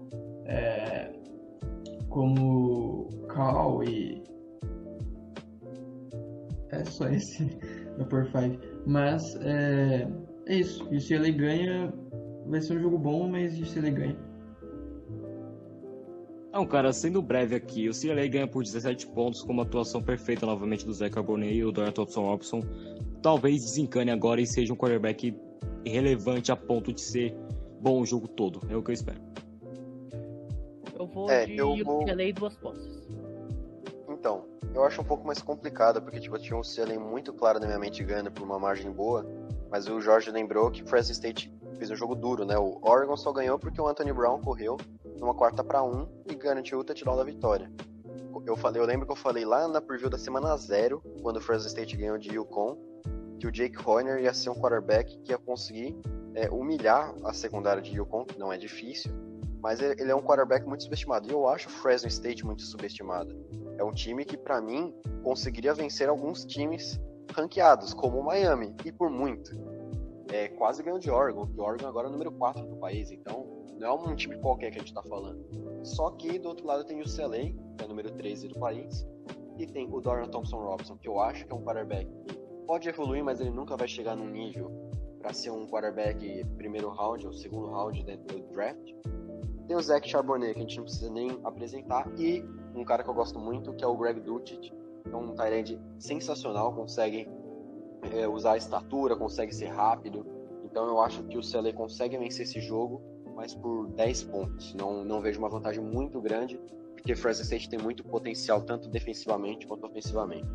como Cal e... É só esse da Power 5. Mas é isso. E se ele ganha, vai ser um jogo bom, mas se ele ganha. Não, cara, sendo breve aqui, o CLA ganha por 17 pontos com uma atuação perfeita novamente do Zach Charbonnet e o Dorian Thompson-Robinson. Talvez desencane agora e seja um quarterback relevante a ponto de ser bom o jogo todo. É o que eu espero. Eu vou de UCLA e 2 posses. Então, eu acho um pouco mais complicado, porque eu tinha um CLA muito claro na minha mente ganhando por uma margem boa, mas o Jorge lembrou que Fresno State fez um jogo duro, né? O Oregon só ganhou porque o Anthony Brown correu numa 4-1 e garantiu o touchdown da vitória. Eu lembro que eu falei lá na preview da semana 0, quando o Fresno State ganhou de UConn, que o Jake Horner ia ser um quarterback que ia conseguir humilhar a secundária de UConn, que não é difícil, mas ele é um quarterback muito subestimado. E eu acho o Fresno State muito subestimado. É um time que, pra mim, conseguiria vencer alguns times ranqueados, como o Miami, e por muito. Quase ganhou de Oregon, que o Oregon agora é o número 4 do país, então não é um time qualquer que a gente tá falando. Só que do outro lado tem o UCLA, que é o número 13 do país, e tem o Dorian Thompson-Robinson, que eu acho que é um quarterback que pode evoluir, mas ele nunca vai chegar num nível para ser um quarterback primeiro round ou segundo round dentro do draft. Tem o Zach Charbonnet, que a gente não precisa nem apresentar, e um cara que eu gosto muito, que é o Greg Dulcich, que é um tight end sensacional, consegue usar a estatura, consegue ser rápido. Então eu acho que o CLA consegue vencer esse jogo, mas por 10 pontos. Não vejo uma vantagem muito grande, porque Fresno State tem muito potencial, tanto defensivamente quanto ofensivamente.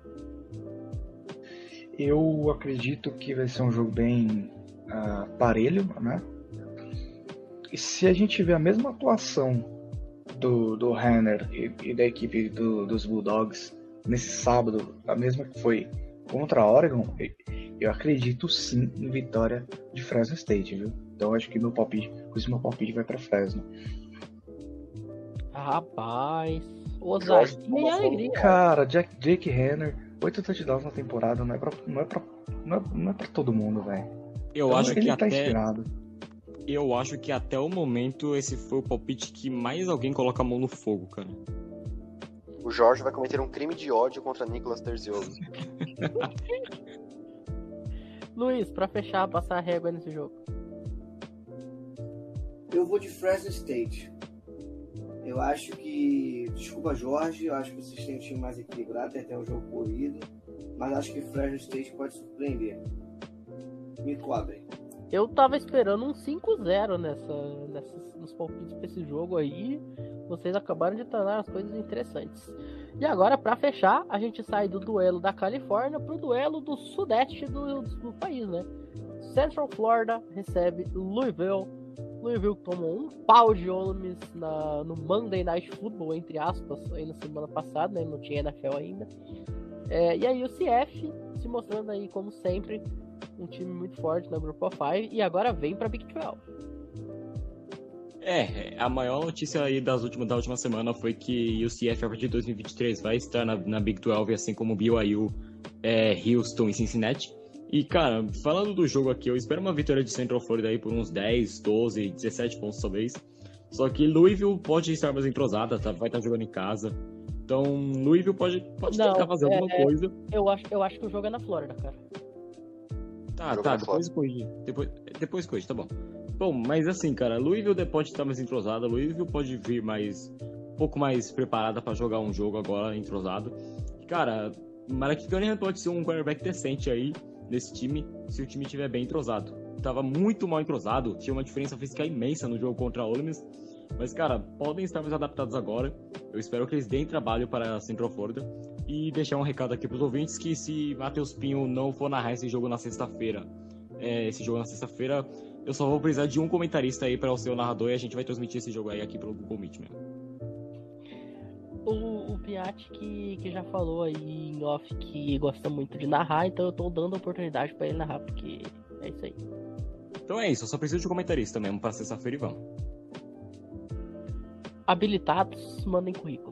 Eu acredito que vai ser um jogo bem parelho, né? E se a gente tiver a mesma atuação do Hanner e da equipe dos Bulldogs nesse sábado, a mesma que foi contra a Oregon, eu acredito sim em vitória de Fresno State, viu? Então acho que meu palpite vai para Fresno. Rapaz, ousadia e alegria. Cara, Jake Hanner, 8 touchdowns na temporada, não é pra todo mundo, velho. Eu acho que tá inspirado. Eu acho que até o momento esse foi o palpite que mais alguém coloca a mão no fogo, cara. O Jorge vai cometer um crime de ódio contra Nicolas Terziolo. Luiz, pra fechar, passar a régua nesse jogo. Eu vou de Fresno State. Eu acho que... Desculpa, Jorge. Eu acho que vocês têm um time mais equilibrado, tem até um jogo corrido. Mas acho que Fresno State pode surpreender. Me cobrem. Eu tava esperando um 5-0 nos palpites pra esse jogo aí. Vocês acabaram de tornar as coisas interessantes. E agora, pra fechar, a gente sai do duelo da Califórnia pro duelo do sudeste do país, né? Central Florida recebe Louisville. Louisville tomou um pau de Ole Miss no Monday Night Football, entre aspas, aí na semana passada, né? Não tinha NFL ainda. E aí o CF se mostrando aí, como sempre, um time muito forte na Group of Five, e agora vem pra Big 12. A maior notícia aí da última semana foi que o CF a partir de 2023 vai estar na Big 12, assim como o BYU, Houston e Cincinnati. E, cara, falando do jogo aqui, eu espero uma vitória de Central Florida aí por uns 10, 12, 17 pontos talvez. Só que Louisville pode estar mais entrosada, tá? Vai estar jogando em casa. Então, Louisville pode tentar fazer alguma coisa. Eu acho que o jogo é na Flórida, cara. Tá, depois corrige, tá bom. Bom, mas assim, cara, Louisville pode estar mais entrosada, Louisville pode vir um pouco mais preparada pra jogar um jogo agora entrosado. Cara, Marek Cunningham pode ser um quarterback decente aí nesse time, se o time estiver bem entrosado. Tava muito mal entrosado, tinha uma diferença física imensa no jogo contra a Ole Miss, mas, cara, podem estar mais adaptados agora. Eu espero que eles deem trabalho para a Central Florida. E deixar um recado aqui para os ouvintes que se Matheus Pinho não for narrar esse jogo na sexta-feira, eu só vou precisar de um comentarista aí para o seu narrador e a gente vai transmitir esse jogo aí aqui pelo Google Meet mesmo. O Piatti que já falou aí em off que gosta muito de narrar, então eu tô dando a oportunidade para ele narrar, porque é isso aí. Então é isso, eu só preciso de um comentarista mesmo para sexta-feira e vamos. Habilitados, mandem currículo.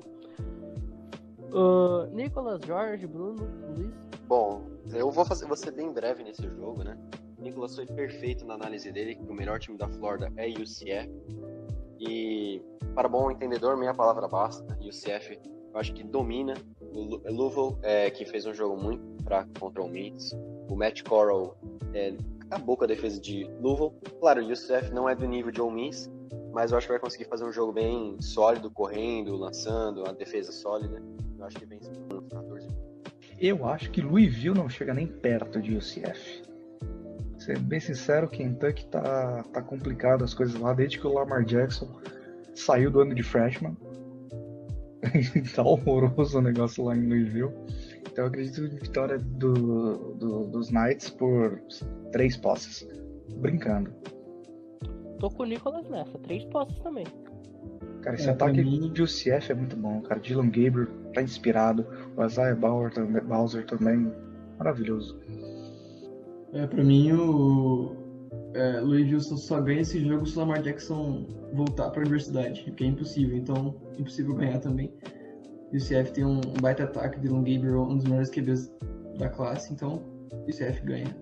Nicolas, Jorge, Bruno, Luiz. Bom, eu vou ser bem breve nesse jogo, né? Nicolas foi perfeito na análise dele, que o melhor time da Flórida é UCF. E, para bom entendedor, minha palavra basta. UCF, eu acho que domina. O Louisville, que fez um jogo muito fraco contra o Miss. O Matt Corral acabou com a defesa de Louisville. Claro, o UCF não é do nível de Ole Miss, mas eu acho que vai conseguir fazer um jogo bem sólido, correndo, lançando, uma defesa sólida. Eu acho que vem por 14. Eu acho que Louisville não chega nem perto de UCF. Sendo bem sincero, Kentucky tá complicado as coisas lá desde que o Lamar Jackson saiu do ano de freshman. Tá horroroso o negócio lá em Louisville. Então eu acredito em vitória dos Knights por 3 posses. Brincando. Tô com o Nicolas nessa, 3 posses também. Cara, esse ataque de UCF é muito bom, cara. Dylan Gabriel tá inspirado. O Isaiah Bowser também. Maravilhoso. Pra mim, o Louisville só ganha esse jogo se o Lamar Jackson voltar pra universidade, o que é impossível. Então, impossível ganhar também. O UCF tem um baita ataque. Dylan Gabriel, um dos melhores QBs da classe. Então, o UCF ganha.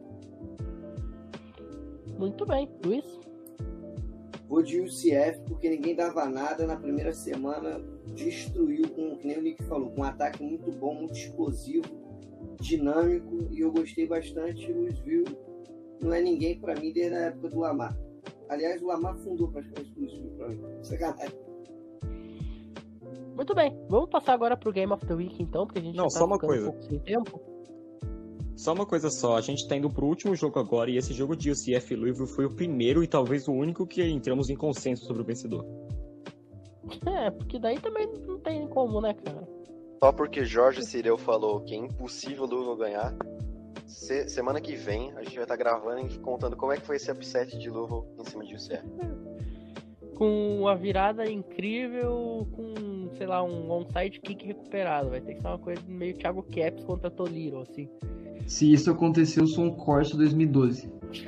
Muito bem. Luiz? Vou de UCF porque ninguém dava nada na primeira semana, destruiu, que nem o Nick falou, com um ataque muito bom, muito explosivo, dinâmico, e eu gostei bastante. Louisville não é ninguém para mim desde a época do Lamar. Aliás, o Lamar fundou praticamente o Louisville para mim. Sacanagem. Muito bem, vamos passar agora pro Game of the Week então, porque a gente Não, já tá só uma ficando coisa. um pouco sem tempo. Só uma coisa só, a gente tá indo pro último jogo agora e esse jogo de UCF e Louisville foi o primeiro e talvez o único que entramos em consenso sobre o vencedor. Porque daí também não tem como, né, cara? Só porque Jorge Cireu falou que é impossível o Louisville ganhar, semana que vem a gente vai estar gravando e contando como é que foi esse upset de Louisville em cima de UCF. Com uma virada incrível, com, sei lá, um onside kick recuperado. Vai ter que ser uma coisa meio Thiago Caps contra Toliro, assim. Se isso aconteceu, eu sou um Corsa 2012.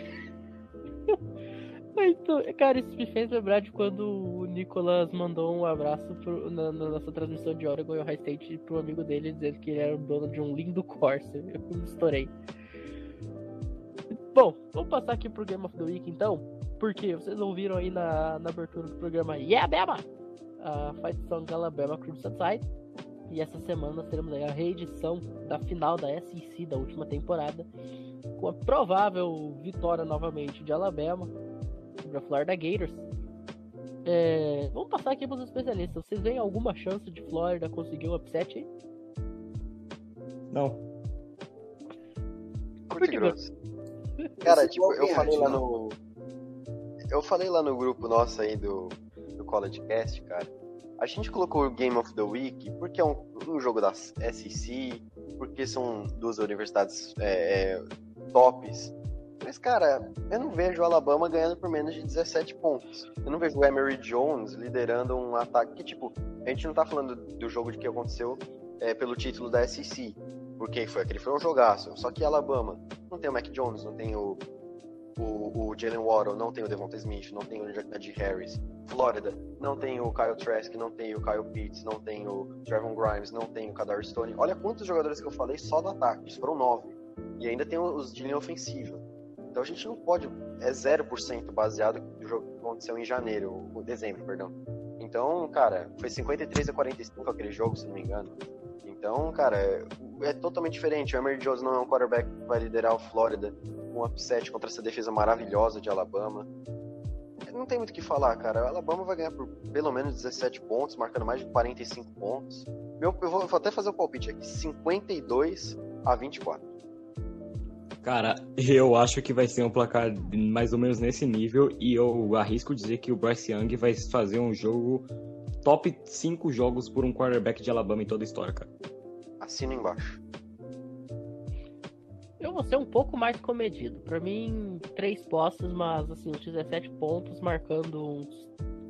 Então, cara, isso me fez lembrar de quando o Nicolas mandou um abraço na nossa transmissão de Oregon e Ohio State pro amigo dele, dizendo que ele era o dono de um lindo Corsa. Eu me estourei. Bom, vamos passar aqui pro Game of the Week então, porque vocês ouviram aí na abertura do programa Yeah, Bama! A Fight Song Alabama Crimson Tide. E essa semana nós teremos aí a reedição da final da SEC da última temporada, com a provável vitória novamente de Alabama sobre a Florida Gators. Vamos passar aqui para os especialistas. Vocês veem alguma chance de Florida conseguir um upset aí? Não. Curto e grosso. Cara, tipo, eu falei lá no grupo nosso aí do College Cast, cara. A gente colocou o Game of the Week porque é um jogo da SEC, porque são duas universidades tops Mas, cara, eu não vejo o Alabama ganhando por menos de 17 pontos. Eu não vejo o Emory Jones liderando um ataque que, tipo, a gente não tá falando do jogo de que aconteceu pelo título da SEC, porque aquele foi um jogaço. Só que Alabama não tem o Mac Jones, não tem o Jalen Waddle, não tem o Devonta Smith, não tem o Najee Harris. Flórida não tem o Kyle Trask, não tem o Kyle Pitts, não tem o Trevon Grimes, não tem o Kadar Stone. Olha quantos jogadores que eu falei só do ataque, isso foram 9. E ainda tem os de linha ofensiva. Então a gente não pode, 0% baseado no jogo que aconteceu em dezembro, perdão. Então, cara, foi 53-45 aquele jogo, se não me engano. Então, cara, é totalmente diferente. O Emory Jones não é um quarterback que vai liderar o Flórida, um upset contra essa defesa maravilhosa de Alabama. Não tem muito o que falar, cara. O Alabama vai ganhar por pelo menos 17 pontos, marcando mais de 45 pontos. Eu vou até fazer o palpite aqui, 52-24. Cara, eu acho que vai ser um placar mais ou menos nesse nível e eu arrisco dizer que o Bryce Young vai fazer um jogo top 5 jogos por um quarterback de Alabama em toda a história, cara. Assina embaixo. Eu vou ser um pouco mais comedido. Pra mim, 3 posses, mas assim, uns 17 pontos, marcando uns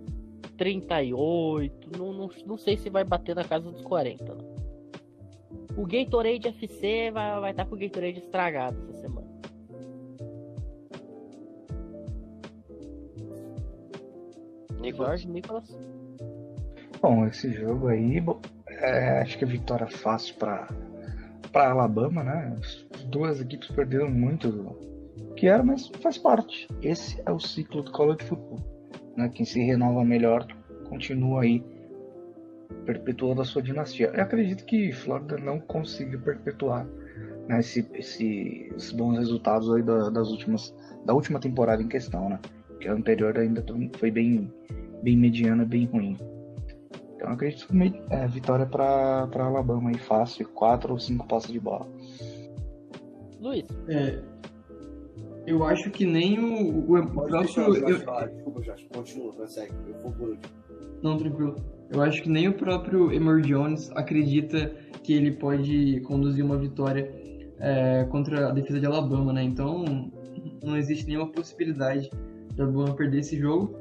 38. Não sei se vai bater na casa dos 40, não. O Gatorade FC vai estar com o Gatorade estragado essa semana. Jorge, Nicolas? Bom, esse jogo aí, acho que é vitória fácil para Alabama, né? As duas equipes perderam muito do que era, mas faz parte. Esse é o ciclo do college football, né? Quem se renova melhor continua aí perpetuando a sua dinastia. Eu acredito que Flórida não consiga perpetuar, né, esses bons resultados aí da última temporada em questão, né? Porque a anterior ainda foi bem mediana, bem ruim. Então eu acredito que vitória para Alabama aí fácil, 4 ou 5 posses de bola. Luiz? Eu acho que nem o próprio... Desculpa, Jorge. Continua, consegue. Eu vou por último. Não, tranquilo. Eu acho que nem o próprio Emory Jones acredita que ele pode conduzir uma vitória contra a defesa de Alabama, né? Então, não existe nenhuma possibilidade de Alabama perder esse jogo.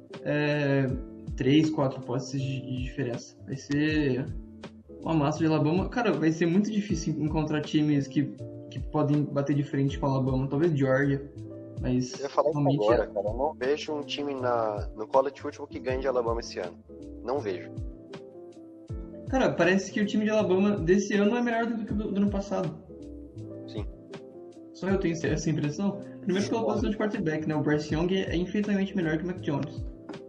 3, 4 posses de diferença. Vai ser uma massa de Alabama. Cara, vai ser muito difícil encontrar times que podem bater de frente com a Alabama. Talvez Georgia, mas... Eu ia falar isso agora, cara. Eu não vejo um time no college football que ganhe de Alabama esse ano. Não vejo. Cara, parece que o time de Alabama desse ano é melhor do que do ano passado. Sim. Só eu tenho essa impressão. Primeiro pela posição de quarterback, né? O Bryce Young é infinitamente melhor que o Mac Jones.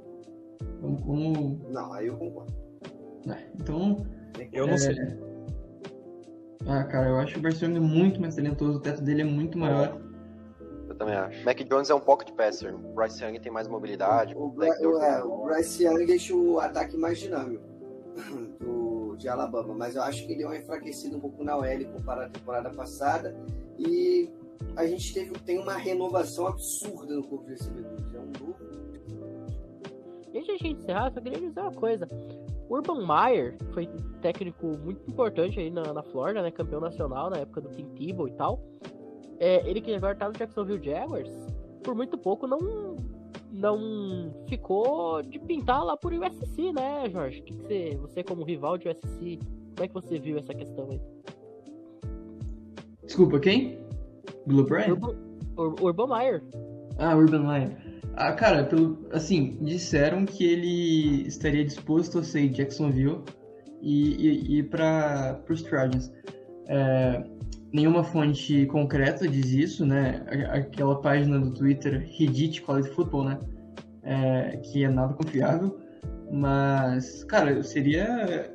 Não, aí eu concordo. Então... Eu não sei. Cara, eu acho que o Bryce Young é muito mais talentoso. O teto dele é muito maior. Eu também acho. Mac Jones é um pocket passer. O Bryce Young tem mais mobilidade. O Bryce Young deixa o ataque mais dinâmico de Alabama, mas eu acho que ele é um enfraquecido um pouco na OL comparado à temporada passada, e a gente tem uma renovação absurda no corpo de recebedores. É um novo. Antes de a gente encerrar, só queria dizer uma coisa. Urban Meyer foi um técnico muito importante aí na Flórida, né? Campeão nacional na época do Tim Tebow e tal. Ele que agora tá no Jacksonville Jaguars, por muito pouco não ficou de pintar lá por USC, né, Jorge? Você como rival de USC, como é que você viu essa questão aí? Desculpa, quem? Bill O'Brien? Urban Meyer. Urban Meyer. Cara, disseram que ele estaria disposto a sair de Jacksonville e ir para os Trojans. Nenhuma fonte concreta diz isso, né? Aquela página do Twitter, Reddit College Football, né? Que é nada confiável. Mas, cara, seria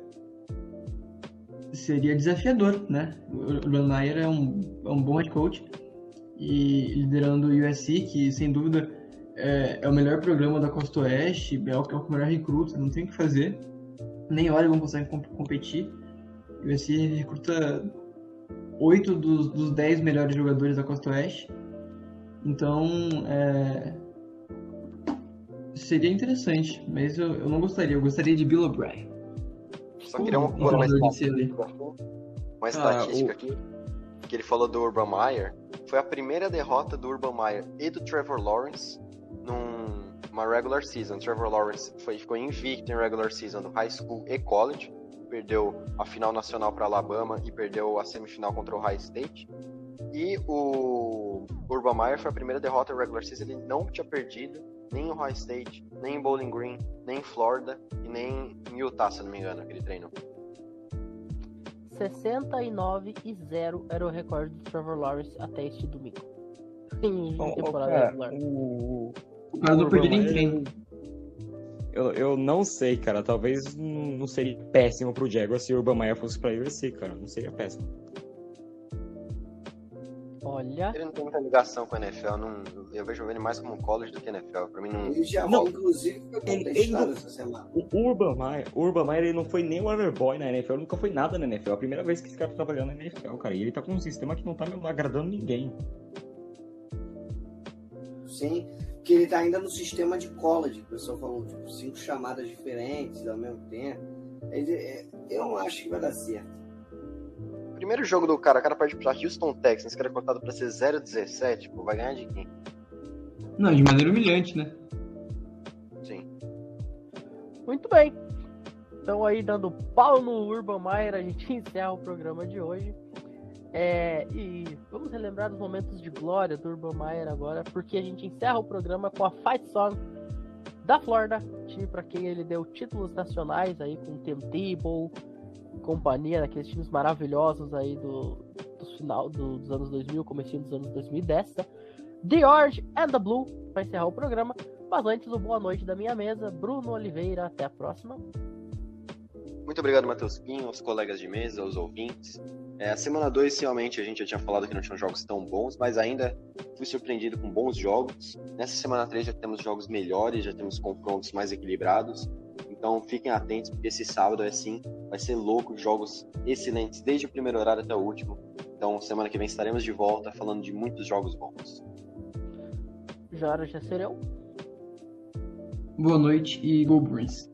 desafiador, né? O Urban Meyer é um bom head coach. E liderando o USC, que sem dúvida é o melhor programa da Costa Oeste, é o melhor recruta, não tem o que fazer. Nem Oregon consegue competir. O USC recruta 8 dos 10 melhores jogadores da Costa Oeste. Então, seria interessante, mas eu não gostaria. Eu gostaria de Bill O'Brien. Só queria uma estatística aqui, que ele falou do Urban Meyer. foi a primeira derrota do Urban Meyer e do Trevor Lawrence numa regular season. O Trevor Lawrence ficou invicto em regular season do high school e college, perdeu a final nacional para Alabama e perdeu a semifinal contra o Ohio State. E o Urban Meyer foi a primeira derrota em regular season, ele não tinha perdido nem em Ohio State, nem em Bowling Green, nem em Florida e nem em Utah, se não me engano, que ele treinou. 69-0 era o recorde do Trevor Lawrence até este domingo. Em temporada Cara, regular. O cara não perdeu nem treino. Eu não sei, cara. Talvez não seria péssimo pro Jaguars se o Urban Meyer fosse pra USC, cara. Não seria péssimo. Olha, Ele não tem muita ligação com a NFL, eu vejo ele mais como college do que NFL. Pra mim não. Ele já Não. inclusive, foi contestado essa semana. O Urban Meyer ele não foi nem Waterboy na NFL, nunca foi nada na NFL. É a primeira vez que esse cara tá trabalhando na NFL, cara. E ele tá com um sistema que não tá agradando ninguém. Sim, que ele tá ainda no sistema de college. O pessoal falou, 5 chamadas diferentes ao mesmo tempo. Eu não acho que vai dar certo. Primeiro jogo do cara, o cara perde pra Houston Texans, que era contado pra ser 0-17, pô, vai ganhar de quem? Não, de maneira humilhante, né? Sim. muito bem. Então aí, dando pau no Urban Meyer, a gente encerra o programa de hoje. E vamos relembrar dos momentos de glória do Urban Meyer agora, porque a gente encerra o programa com a Fight Song da Florida, time para quem ele deu títulos nacionais aí com o Tim Tebow, companhia, daqueles times maravilhosos aí do final dos anos 2000, comecinho dos anos 2010, tá? The Orange and the Blue, para encerrar o programa. Mas antes, o boa noite da minha mesa, Bruno Oliveira, até a próxima. Muito obrigado, Matheus Pinho, aos colegas de mesa, aos ouvintes. A semana 2, realmente, a gente já tinha falado que não tinham jogos tão bons, mas ainda fui surpreendido com bons jogos. Nessa semana 3 já temos jogos melhores, já temos confrontos mais equilibrados. Então fiquem atentos, porque esse sábado vai ser louco, jogos excelentes, desde o primeiro horário até o último. Então semana que vem estaremos de volta falando de muitos jogos bons. Jorge Serão. Boa noite e Go Bruins.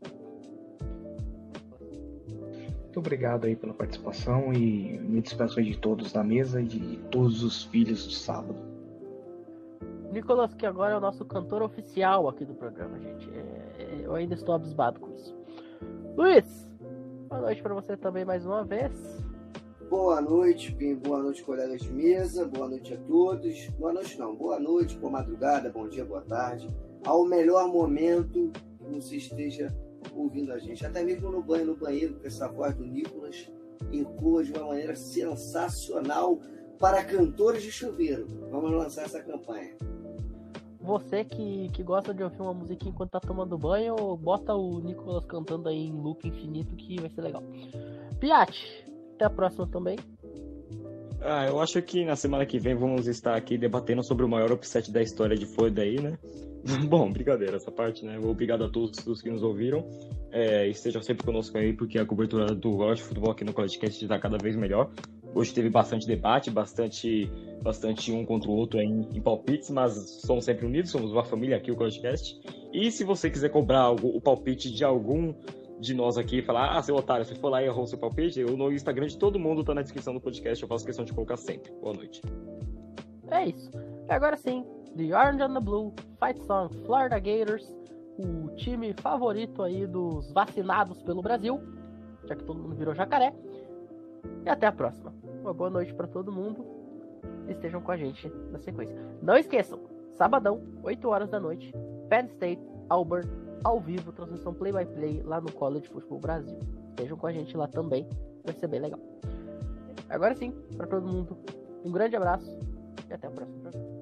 Muito obrigado aí pela participação e me despeço aí de todos da mesa e de todos os filhos do sábado. Nicolas, que agora é o nosso cantor oficial aqui do programa, gente. Eu ainda estou abismado com isso. Luiz, boa noite para você também mais uma vez. Boa noite, Pim. Boa noite, colegas de mesa. Boa noite a todos. Boa noite, não. Boa noite, boa madrugada, bom dia, boa tarde. Ao melhor momento que você esteja ouvindo a gente. Até mesmo no banheiro, com essa voz do Nicolas ecoa de uma maneira sensacional para cantores de chuveiro. Vamos lançar essa campanha. Você que gosta de ouvir uma musiquinha enquanto tá tomando banho, bota o Nicolas cantando aí em loop infinito que vai ser legal. Piatti, até a próxima também. Eu acho que na semana que vem vamos estar aqui debatendo sobre o maior upset da história de Florida aí, né? Bom, brincadeira essa parte, né? Obrigado a todos os que nos ouviram. Estejam sempre conosco aí, porque a cobertura do College Futebol aqui no CollegeCast está cada vez melhor. Hoje teve bastante debate, bastante um contra o outro aí em palpites, mas somos sempre unidos, somos uma família aqui, o CollegeCast. E se você quiser cobrar o palpite de algum de nós aqui e falar, seu otário, você foi lá e errou seu palpite, no Instagram de todo mundo tá na descrição do podcast, eu faço questão de colocar sempre. Boa noite. É isso. E agora sim, The Orange and the Blue, Fight Song, Florida Gators, o time favorito aí dos vacinados pelo Brasil, já que todo mundo virou jacaré. E até a próxima. Uma boa noite para todo mundo. Estejam com a gente na sequência. Não esqueçam, sabadão, 8 horas da noite, Penn State, Auburn, ao vivo, transmissão play-by-play lá no College Football Brasil. Estejam com a gente lá também, vai ser bem legal. Agora sim, para todo mundo, um grande abraço e até o próximo programa.